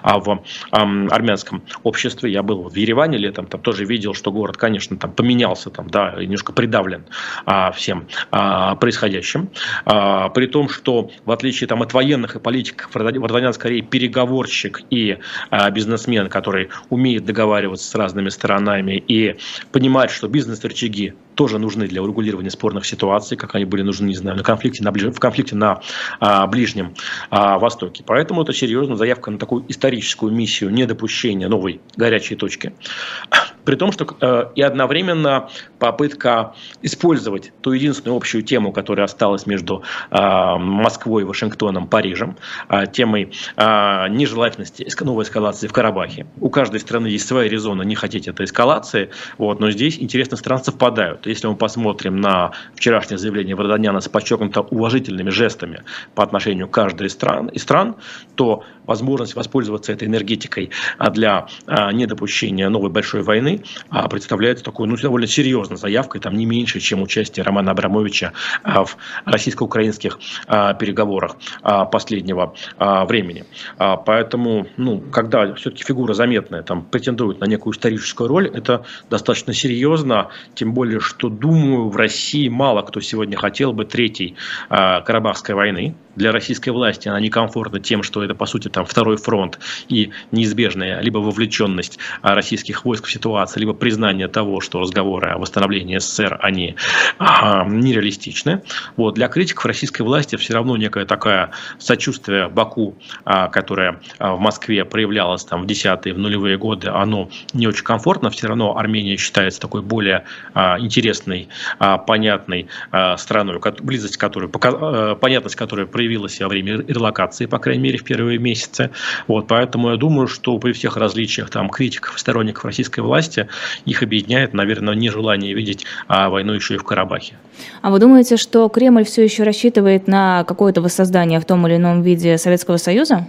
в армянском обществе. Я был в Ереване летом, там тоже видел, что город, конечно, там поменялся, там, да, немножко придавлен а, всем а, происходящим. А, при том, что в отличие там, от военных и политиков, Варданян скорее переговорщик и а, бизнесмен, который умеет договариваться с разными сторонами и понимает, что бизнес-рычаги тоже нужны для урегулирования спорных ситуаций, как они были нужны, не знаю, на конфликте, на, в конфликте на а, Ближнем а, Востоке. Поэтому это серьезная заявка на такую историческую миссию недопущения новой горячей точки. При том, что э, и одновременно попытка использовать ту единственную общую тему, которая осталась между э, Москвой, Вашингтоном, Парижем, э, темой э, нежелательности новой эскалации в Карабахе. У каждой страны есть свои резоны не хотеть этой эскалации, вот, но здесь интересные страны совпадают. Если мы посмотрим на вчерашнее заявление Варданяна с подчеркнуто уважительными жестами по отношению к каждой из стран, из стран, то возможность воспользоваться этой энергетикой для э, недопущения новой большой войны представляется такой, ну, довольно серьезной заявкой, там не меньше, чем участие Романа Абрамовича в российско-украинских переговорах последнего времени. Поэтому, ну, когда все-таки фигура заметная там претендует на некую историческую роль, это достаточно серьезно, тем более, что, думаю, в России мало кто сегодня хотел бы третьей Карабахской войны. Для российской власти она некомфортна тем, что это, по сути, там второй фронт и неизбежная либо вовлеченность российских войск в ситуацию, декларация, либо признание того, что разговоры о восстановлении СССР, они а, нереалистичны. Вот. Для критиков российской власти все равно некое такое сочувствие Баку, а, которое а, в Москве проявлялось там, в десятые, в нулевые годы, оно не очень комфортно. Все равно Армения считается такой более а, интересной, а, понятной а, страной, близость которой, пока, а, понятность которой проявилась во время релокации, по крайней мере, в первые месяцы. Вот. Поэтому я думаю, что при всех различиях там, критиков и сторонников российской власти их объединяет, наверное, нежелание видеть а, войну еще и в Карабахе. А вы думаете, что Кремль все еще рассчитывает на какое-то воссоздание в том или ином виде Советского Союза?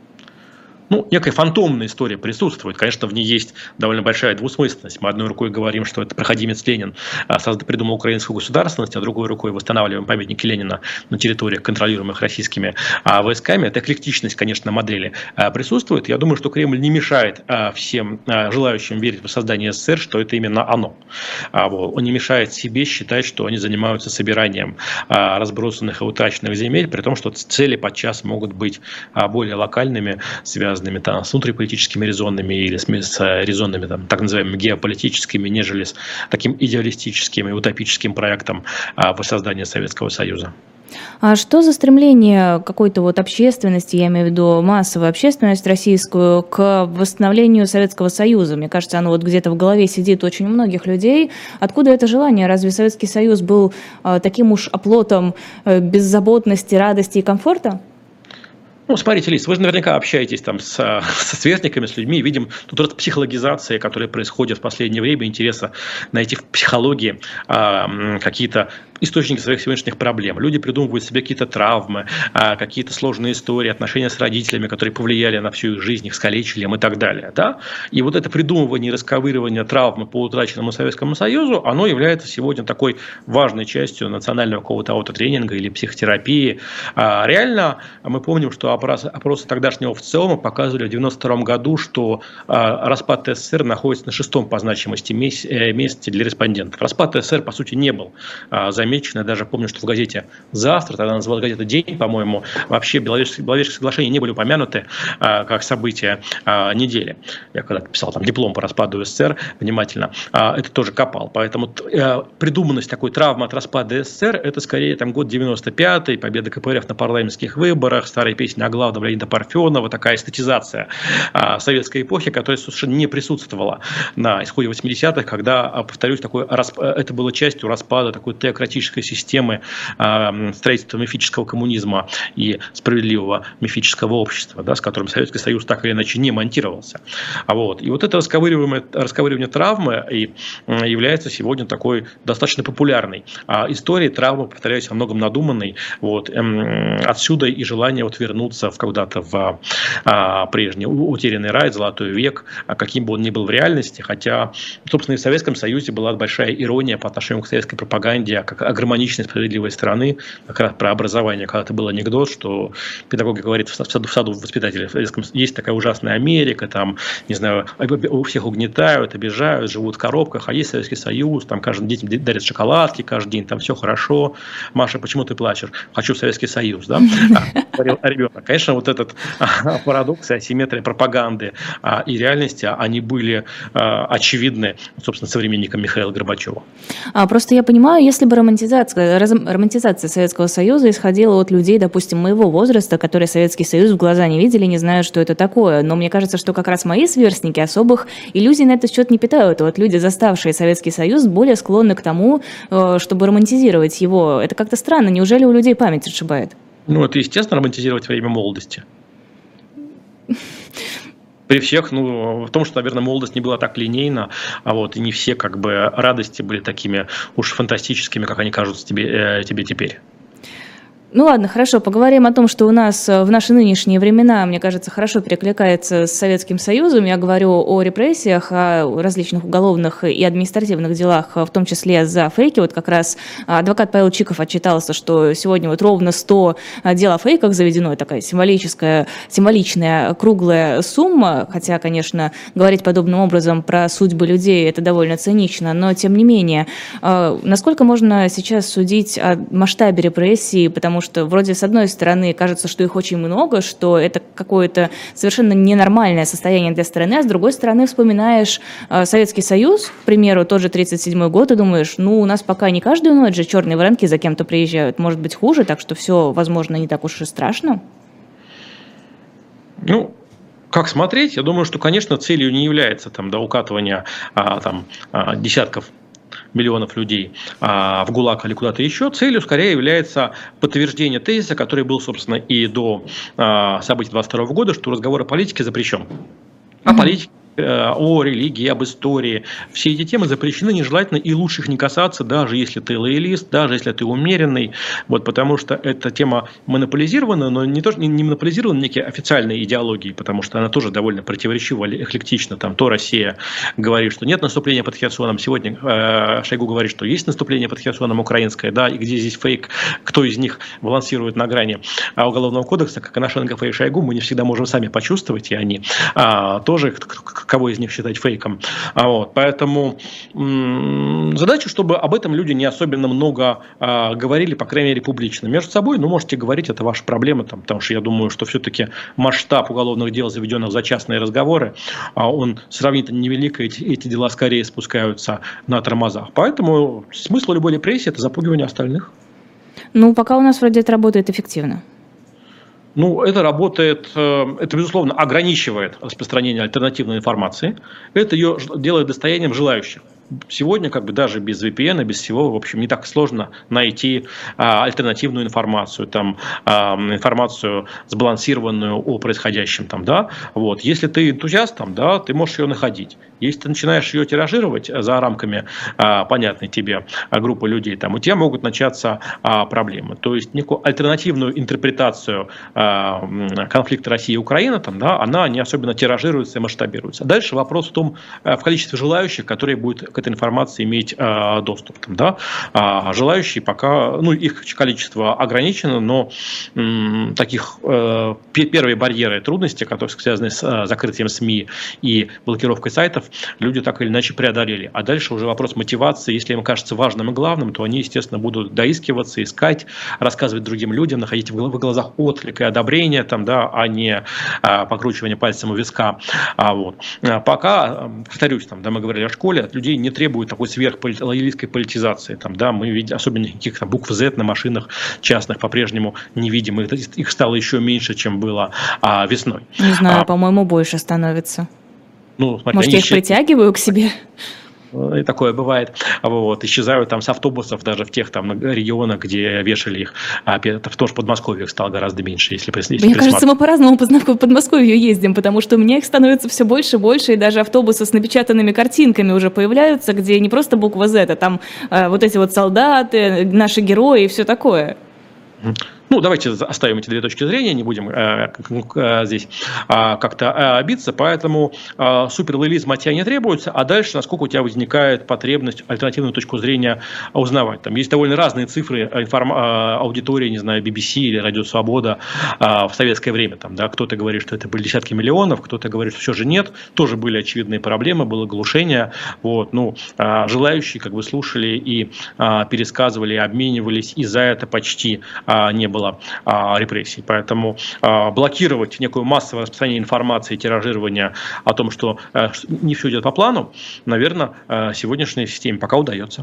Ну, некая фантомная история присутствует. Конечно, в ней есть довольно большая двусмысленность. Мы одной рукой говорим, что это проходимец Ленин придумал украинскую государственность, а другой рукой восстанавливаем памятники Ленина на территориях, контролируемых российскими войсками. Эта эклектичность, конечно, модели присутствует. Я думаю, что Кремль не мешает всем желающим верить в создание СССР, что это именно оно. Он не мешает себе считать, что они занимаются собиранием разбросанных и утраченных земель, при том, что цели подчас могут быть более локальными, связанными Там, с внутриполитическими резонами или с, с резонами там, так называемыми геополитическими, нежели с таким идеалистическим и утопическим проектом а, воссоздания Советского Союза. А что за стремление какой-то вот общественности, я имею в виду массовую общественность российскую, к восстановлению Советского Союза? Мне кажется, оно вот где-то в голове сидит очень у многих людей. Откуда это желание? Разве Советский Союз был а, таким уж оплотом а, беззаботности, радости и комфорта? Ну, смотрите, Лиз, вы же наверняка общаетесь там с, со сверстниками, с людьми, видим тут вот психологизация, которая происходит в последнее время, интереса найти в психологии а, какие-то источники своих сегодняшних проблем. Люди придумывают себе какие-то травмы, а, какие-то сложные истории, отношения с родителями, которые повлияли на всю их жизнь, их скалечили им и так далее. Да? И вот это придумывание и расковыривание травмы по утраченному Советскому Союзу, оно является сегодня такой важной частью национального какого-то аутотренинга или психотерапии. А, реально мы помним, что опросы, опросы тогдашнего ВЦИОМа показывали в девяносто втором году, что а, распад СССР находится на шестом по значимости месте для респондентов. Распад СССР, по сути, не был а, замечен. Я даже помню, что в газете «Завтра», тогда называлась газета «День», по-моему, вообще Беловежские, Беловежские соглашения не были упомянуты а, как события а, недели. Я когда писал там диплом по распаду СССР внимательно, а, это тоже копал. Поэтому а, придуманность такой травмы от распада СССР – это скорее там, год девяносто пятый, победа КПРФ на парламентских выборах, старая песня о главном Леонида Парфенова, такая эстетизация а, советской эпохи, которая совершенно не присутствовала на исходе восьмидесятых, когда, повторюсь, такой, это было частью распада такой теократической системы э, строительства мифического коммунизма и справедливого мифического общества, да, с которым Советский Союз так или иначе не монтировался. А вот. И вот это расковыривание, расковыривание травмы и, э, является сегодня такой достаточно популярной а историей. Травмы, повторяюсь, во многом надуманной. Вот. Эм, отсюда и желание вот вернуться в, когда-то в а, прежний утерянный рай, золотой век, а каким бы он ни был в реальности. Хотя, собственно, и в Советском Союзе была большая ирония по отношению к советской пропаганде, как о гармоничной, справедливой страны, как раз про образование. Когда-то был анекдот, что педагоги говорят в саду, в саду воспитателей, есть такая ужасная Америка, там, не знаю, у всех угнетают, обижают, живут в коробках, а есть Советский Союз, там каждым детям дарят шоколадки каждый день, там все хорошо. Маша, почему ты плачешь? Хочу в Советский Союз, да? Говорил ребенок. Конечно, вот этот парадокс, асимметрия пропаганды и реальности, они были очевидны, собственно, современникам Михаила Горбачева. А, просто я понимаю, если бы романтизация, романтизация Советского Союза исходила от людей, допустим, моего возраста, которые Советский Союз в глаза не видели, не знают, что это такое. Но мне кажется, что как раз мои сверстники особых иллюзий на этот счет не питают. Вот люди, заставшие Советский Союз, более склонны к тому, чтобы романтизировать его. Это как-то странно. Неужели у людей память отшибает? Ну, это естественно, романтизировать время молодости. При всех, ну, в том, что, наверное, молодость не была так линейна, а вот и не все, как бы, радости были такими уж фантастическими, как они кажутся тебе, э, тебе теперь. Ну ладно, хорошо, поговорим о том, что у нас в наши нынешние времена, мне кажется, хорошо перекликается с Советским Союзом. Я говорю о репрессиях, о различных уголовных и административных делах, в том числе за фейки. Вот как раз адвокат Павел Чиков отчитался, что сегодня вот ровно сто дел о фейках заведено. Такая символическая, символичная круглая сумма, хотя, конечно, говорить подобным образом про судьбы людей это довольно цинично, но тем не менее, насколько можно сейчас судить о масштабе репрессий, потому потому что вроде с одной стороны кажется, что их очень много, что это какое-то совершенно ненормальное состояние для страны, а с другой стороны вспоминаешь э, Советский Союз, к примеру, тот же тридцать седьмой год, и думаешь, ну, у нас пока не каждую ночь же черные воронки за кем-то приезжают, может быть хуже, так что все, возможно, не так уж и страшно. Ну, как смотреть? Я думаю, что, конечно, целью не является там, да, укатывание а, там, а, десятков миллионов людей а, в ГУЛАГ или куда-то еще. Целью скорее является подтверждение тезиса, который был, собственно, и до а, событий двадцать второго года, что разговор о политике запрещен. О политике, о религии, об истории. Все эти темы запрещены, нежелательно, и лучше их не касаться, даже если ты лоялист, даже если ты умеренный, вот, потому что эта тема монополизирована, но не, то, не, не монополизирована некие официальные идеологии, потому что она тоже довольно противоречива, эклектична. Там то Россия говорит, что нет наступления под Херсоном, сегодня э, Шойгу говорит, что есть наступление под Херсоном украинское, да, и где здесь фейк, кто из них балансирует на грани Уголовного кодекса, как и Коношенков и Шойгу, мы не всегда можем сами почувствовать, и они а, тоже, кого из них считать фейком. А вот, поэтому м- задача, чтобы об этом люди не особенно много а, говорили, по крайней мере, публично. Между собой, ну, можете говорить, это ваша проблема, там, потому что я думаю, что все-таки масштаб уголовных дел, заведенных за частные разговоры, а, он сравнительно невелик, и эти, эти дела скорее спускаются на тормозах. Поэтому смысл любой репрессии – это запугивание остальных. Ну, пока у нас вроде это работает эффективно. Ну, это работает, это, безусловно, ограничивает распространение альтернативной информации. Это ее делает достоянием желающих. Сегодня, как бы даже без ви пи эн, без всего, в общем, не так сложно найти а, альтернативную информацию, там, а, информацию сбалансированную о происходящем. Там, да? Вот. Если ты энтузиаст, там, да, ты можешь ее находить. Если ты начинаешь ее тиражировать за рамками а, понятной тебе а, группы людей, там, у тебя могут начаться а, проблемы. То есть некую альтернативную интерпретацию а, конфликта России и Украины, там, да, она не особенно тиражируется и масштабируется. Дальше вопрос в том, в количестве желающих, которые будут к этой информации иметь а, доступ. Там, да? а, желающие пока, ну, их количество ограничено, но м, таких э, первые барьеры, трудности, которые связаны с э, закрытием СМИ и блокировкой сайтов, люди так или иначе преодолели. А дальше уже вопрос мотивации. Если им кажется важным и главным, то они, естественно, будут доискиваться, искать, рассказывать другим людям, находить в глазах отклик и одобрение, там, да, а не а, покручивание пальцем у виска. А, вот. а пока, повторюсь, там, да, мы говорили о школе, от людей не требует такой сверхлоялистской политизации. Там, да, мы видим, особенно никаких там букв Z на машинах частных по-прежнему не видим. Их стало еще меньше, чем было а, весной. Не знаю, а, по-моему, больше становится. Ну, смотри, может, я их исчез... притягиваю к себе? И такое бывает. Вот. Исчезают там с автобусов даже в тех там регионах, где вешали их. А в том же Подмосковье их стало гораздо меньше, если, если Мне кажется, мы по-разному по Подмосковью ездим, потому что у меня их становится все больше и больше, и даже автобусы с напечатанными картинками уже появляются, где не просто буква Z, а там а, вот эти вот солдаты, наши герои и все такое. Ну, давайте оставим эти две точки зрения, не будем э, э, здесь э, как-то э, биться, поэтому э, суперлоялизм от тебя не требуется, а дальше, насколько у тебя возникает потребность альтернативную точку зрения узнавать. Там есть довольно разные цифры информ... э, аудитории, не знаю, би би си или Радио Свобода э, в советское время. Там, да, кто-то говорит, что это были десятки миллионов, кто-то говорит, что все же нет, тоже были очевидные проблемы, было глушение. Вот, ну, э, желающие как бы слушали и э, пересказывали, и обменивались, и за это почти э, не было А, репрессий. Поэтому а, блокировать некую массовое распространение информации, тиражирование о том, что а, не все идет по плану, наверное, а, сегодняшней системе пока удается.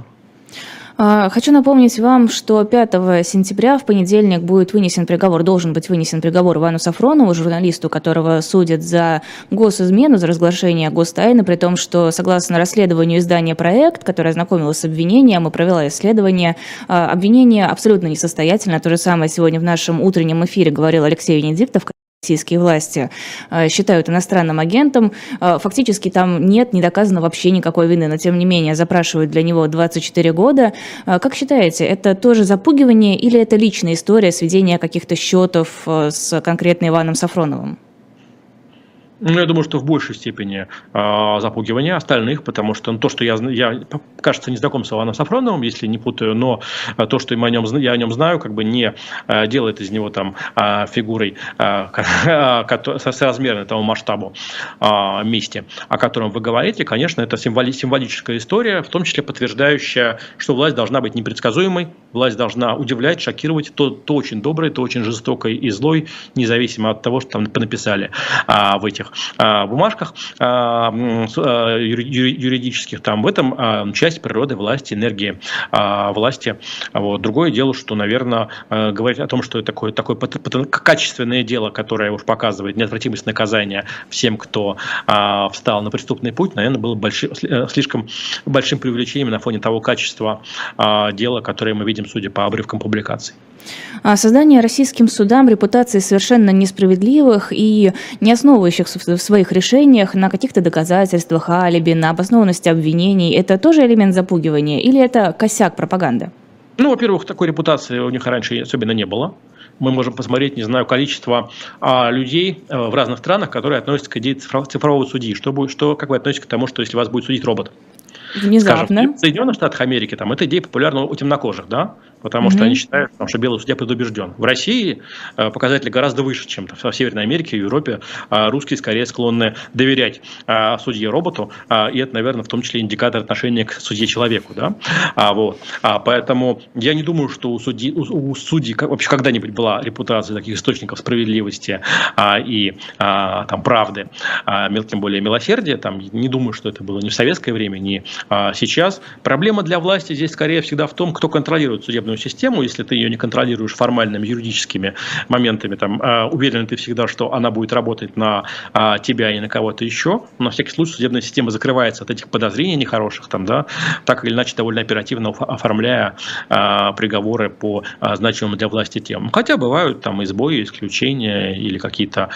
Хочу напомнить вам, что пятого сентября в понедельник будет вынесен приговор, должен быть вынесен приговор Ивану Сафронову, журналисту, которого судят за госизмену, за разглашение гостайны, при том, что, согласно расследованию издания «Проект», которое ознакомилось с обвинением и провела исследование, обвинение абсолютно несостоятельно. То же самое сегодня в нашем утреннем эфире говорил Алексей Венедиктов. Российские власти считают иностранным агентом. Фактически там нет, не доказано вообще никакой вины, но тем не менее запрашивают для него двадцать четыре года. Как считаете, это тоже запугивание или это личная история сведения каких-то счетов с конкретно Иваном Сафроновым? Ну, я думаю, что в большей степени э, запугивание остальных, потому что ну, то, что я, я, кажется, не знаком с Иваном Сафроновым, если не путаю, но э, то, что мы о нем, я о нем знаю, как бы не э, делает из него там э, фигурой э, соразмерной тому масштабу э, мести, о котором вы говорите. Конечно, это символи, символическая история, в том числе подтверждающая, что власть должна быть непредсказуемой, власть должна удивлять, шокировать, то, то очень доброй, то очень жестокой и злой, независимо от того, что там понаписали э, в этих бумажках юридических, там в этом часть природы власти, энергии власти. Вот. Другое дело, что, наверное, говорить о том, что это такое, такое качественное дело, которое уж показывает неотвратимость наказания всем, кто встал на преступный путь, наверное, было большим, слишком большим преувеличением на фоне того качества дела, которое мы видим, судя по обрывкам публикаций. Создание российским судам репутации совершенно несправедливых и не основывающихся в своих решениях на каких-то доказательствах, алиби, на обоснованности обвинений – это тоже элемент запугивания или это косяк пропаганды? Ну, во-первых, такой репутации у них раньше особенно не было. Мы можем посмотреть, не знаю, количество а, людей а, в разных странах, которые относятся к идее цифрового судьи. Что, будет, что, как вы относитесь к тому, что если вас будет судить робот? Внезапно. Скажем, в Соединенных Штатах Америки там, эта идея популярна у темнокожих, да? Потому mm-hmm. что они считают, что белый судья предубежден. В России э, показатели гораздо выше, чем в Северной Америке, в Европе. Э, русские скорее склонны доверять э, судье-роботу, э, и это, наверное, в том числе индикатор отношения к судье-человеку. Да? А, вот. а, поэтому я не думаю, что у судей, у, у судей вообще когда-нибудь была репутация таких источников справедливости а, и а, там, правды, а, тем более милосердия. Там, не думаю, что это было ни в советское время, ни а, сейчас. Проблема для власти здесь скорее всегда в том, кто контролирует судебную систему. Если ты ее не контролируешь формальными юридическими моментами, там, э, уверен ты всегда, что она будет работать на э, тебя и на кого-то еще. Но на всякий случай судебная система закрывается от этих подозрений нехороших, там, да, так или иначе довольно оперативно оформляя э, приговоры по э, значимым для власти темам. Хотя бывают там избои, исключения или какие-то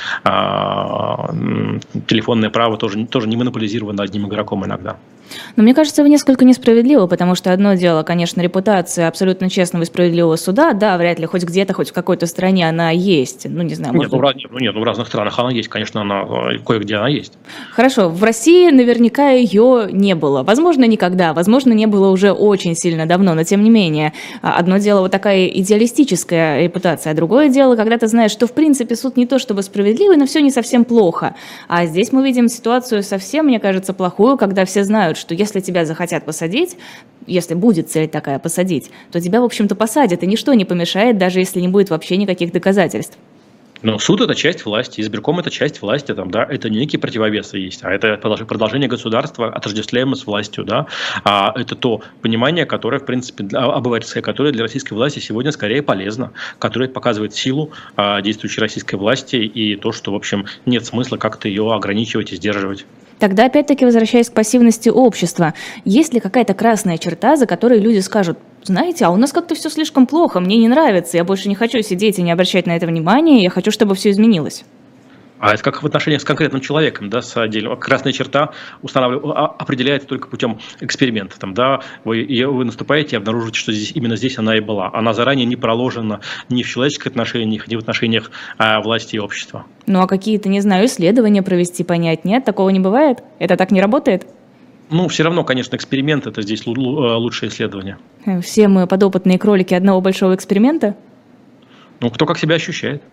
э, телефонное право тоже, тоже не монополизировано одним игроком иногда. Но мне кажется, вы несколько несправедливы, потому что одно дело, конечно, репутация абсолютно честного и справедливого суда, да, вряд ли хоть где-то, хоть в какой-то стране она есть, ну, не знаю. Нет, может... ну, нет, ну, в разных странах она есть, конечно, она кое-где она есть. Хорошо, в России наверняка ее не было, возможно, никогда, возможно, не было уже очень сильно давно, но тем не менее, одно дело вот такая идеалистическая репутация, а другое дело, когда ты знаешь, что в принципе суд не то чтобы справедливый, но все не совсем плохо, а здесь мы видим ситуацию совсем, мне кажется, плохую, когда все знают, что если тебя захотят посадить, если будет цель такая посадить, то тебя, в общем-то, посадят, и ничто не помешает, даже если не будет вообще никаких доказательств. Но суд – это часть власти, избирком – это часть власти, там, да, это не некие продивовесы есть, а это продолжение государства, отождествляемое с властью, да, а это то понимание, которое, в принципе, обывательское, которое для российской власти сегодня скорее полезно, которое показывает силу а, действующей российской власти и то, что, в общем, нет смысла как-то ее ограничивать и сдерживать. Тогда, опять-таки, возвращаясь к пассивности общества, есть ли какая-то красная черта, за которой люди скажут: знаете, а у нас как-то все слишком плохо, мне не нравится, я больше не хочу сидеть и не обращать на это внимания, я хочу, чтобы все изменилось? А это как в отношениях с конкретным человеком, да, с отдельным. Красная черта определяется только путем эксперимента. Там, да, вы, вы наступаете и обнаружите, что здесь, именно здесь она и была. Она заранее не проложена ни в человеческих отношениях, ни в отношениях а, власти и общества. Ну а какие-то, не знаю, исследования провести, понять? Нет, такого не бывает? Это так не работает? Ну, все равно, конечно, эксперимент – это здесь лучшее исследование. Все мы подопытные кролики одного большого эксперимента? Ну, кто как себя ощущает.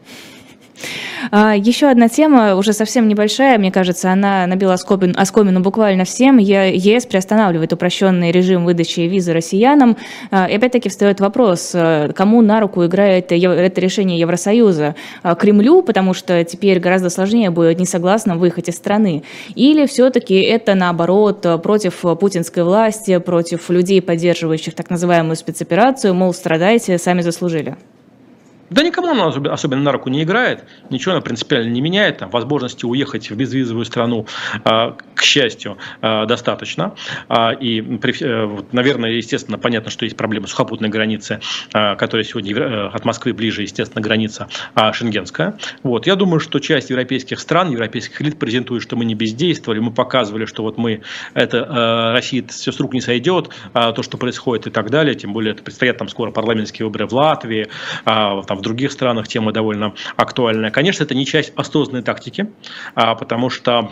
Еще одна тема, уже совсем небольшая, мне кажется, она набила оскомину, оскомину буквально всем. ЕС приостанавливает упрощенный режим выдачи визы россиянам. И опять-таки встает вопрос, кому на руку играет это решение Евросоюза? Кремлю, потому что теперь гораздо сложнее будет несогласным выехать из страны. Или все-таки это, наоборот, против путинской власти, против людей, поддерживающих так называемую спецоперацию, мол, страдайте, сами заслужили? Да никому она особенно на руку не играет, ничего она принципиально не меняет, там, возможности уехать в безвизовую страну, к счастью, достаточно. И, наверное, естественно, понятно, что есть проблема сухопутной границы, которая сегодня от Москвы ближе, естественно, граница шенгенская. Вот. Я думаю, что часть европейских стран, европейских элит презентует, что мы не бездействовали, мы показывали, что вот мы, это Россия все с рук не сойдет, то, что происходит и так далее, тем более это предстоят там скоро парламентские выборы в Латвии, там, в других странах тема довольно актуальная. Конечно, это не часть осознанной тактики, потому что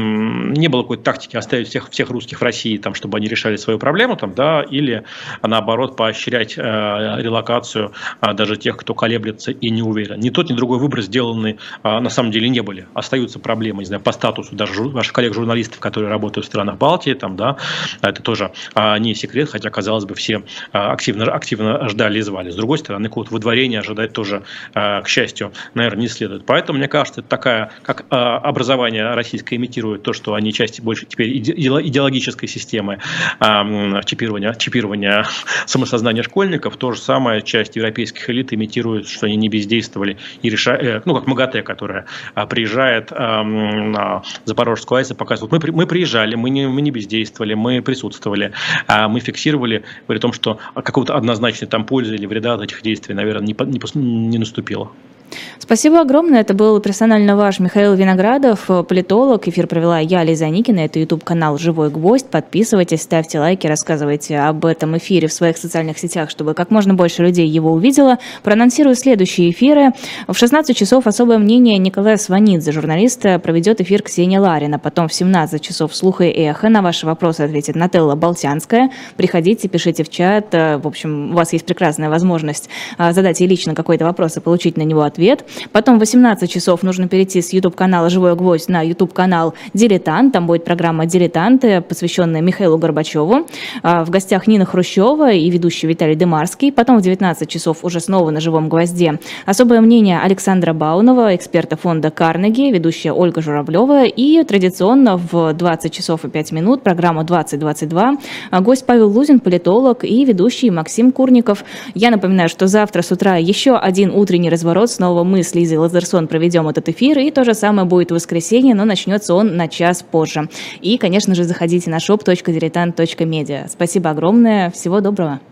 не было какой-то тактики оставить всех, всех русских в России, там, чтобы они решали свою проблему, там, да, или наоборот поощрять релокацию даже тех, кто колеблется и не уверен. Ни тот, ни другой выбор сделаны на самом деле не были. Остаются проблемы, не знаю, по статусу даже ваших коллег-журналистов, которые работают в странах Балтии, там, да, это тоже не секрет, хотя, казалось бы, все активно, активно ждали и звали. С другой стороны, какого-то выдворения ожидать тоже, к счастью, наверное, не следует. Поэтому, мне кажется, это такая, как образование российское имитирует то, что они части больше теперь идеологической системы чипирования, чипирования самосознания школьников, то же самое часть европейских элит имитирует, что они не бездействовали и решают, ну, как МАГАТЭ, которая приезжает на Запорожскую АЭС и показывает, мы, мы приезжали, мы не, мы не бездействовали, мы присутствовали, мы фиксировали, при том, что какого-то однозначной там пользы или вреда от этих действий, наверное, не, не, не наступило. Спасибо огромное. Это был персонально ваш Михаил Виноградов, политолог. Эфир провела я, Лиза Никина. Это YouTube-канал «Живой гвоздь». Подписывайтесь, ставьте лайки, рассказывайте об этом эфире в своих социальных сетях, чтобы как можно больше людей его увидело. Проанонсирую следующие эфиры. В шестнадцать часов «Особое мнение» Николая Сванидзе, журналиста, проведет эфир Ксения Ларина. Потом в семнадцать часов «Слух и эхо». На ваши вопросы ответит Нателла Болтянская. Приходите, пишите в чат. В общем, у вас есть прекрасная возможность задать ей лично какой-то вопрос и получить на него ответ. Ответ. Потом в восемнадцать часов нужно перейти с YouTube-канала «Живой гвоздь» на YouTube-канал «Дилетант». Там будет программа «Дилетанты», посвященная Михаилу Горбачеву. В гостях Нина Хрущева и ведущий Виталий Демарский. Потом в девятнадцать часов уже снова на «Живом гвозде» особое мнение Александра Баунова, эксперта фонда «Карнеги», ведущая Ольга Журавлева. И традиционно в двадцать часов и пять минут программа «двадцать двадцать два». Гость Павел Лузин, политолог, и ведущий Максим Курников. Я напоминаю, что завтра с утра еще один утренний разворот. Снова мы с Лизой Лазерсон проведем этот эфир, и то же самое будет в воскресенье, но начнется он на час позже. И, конечно же, заходите на shop точка дилетант точка медиа. Спасибо огромное, всего доброго.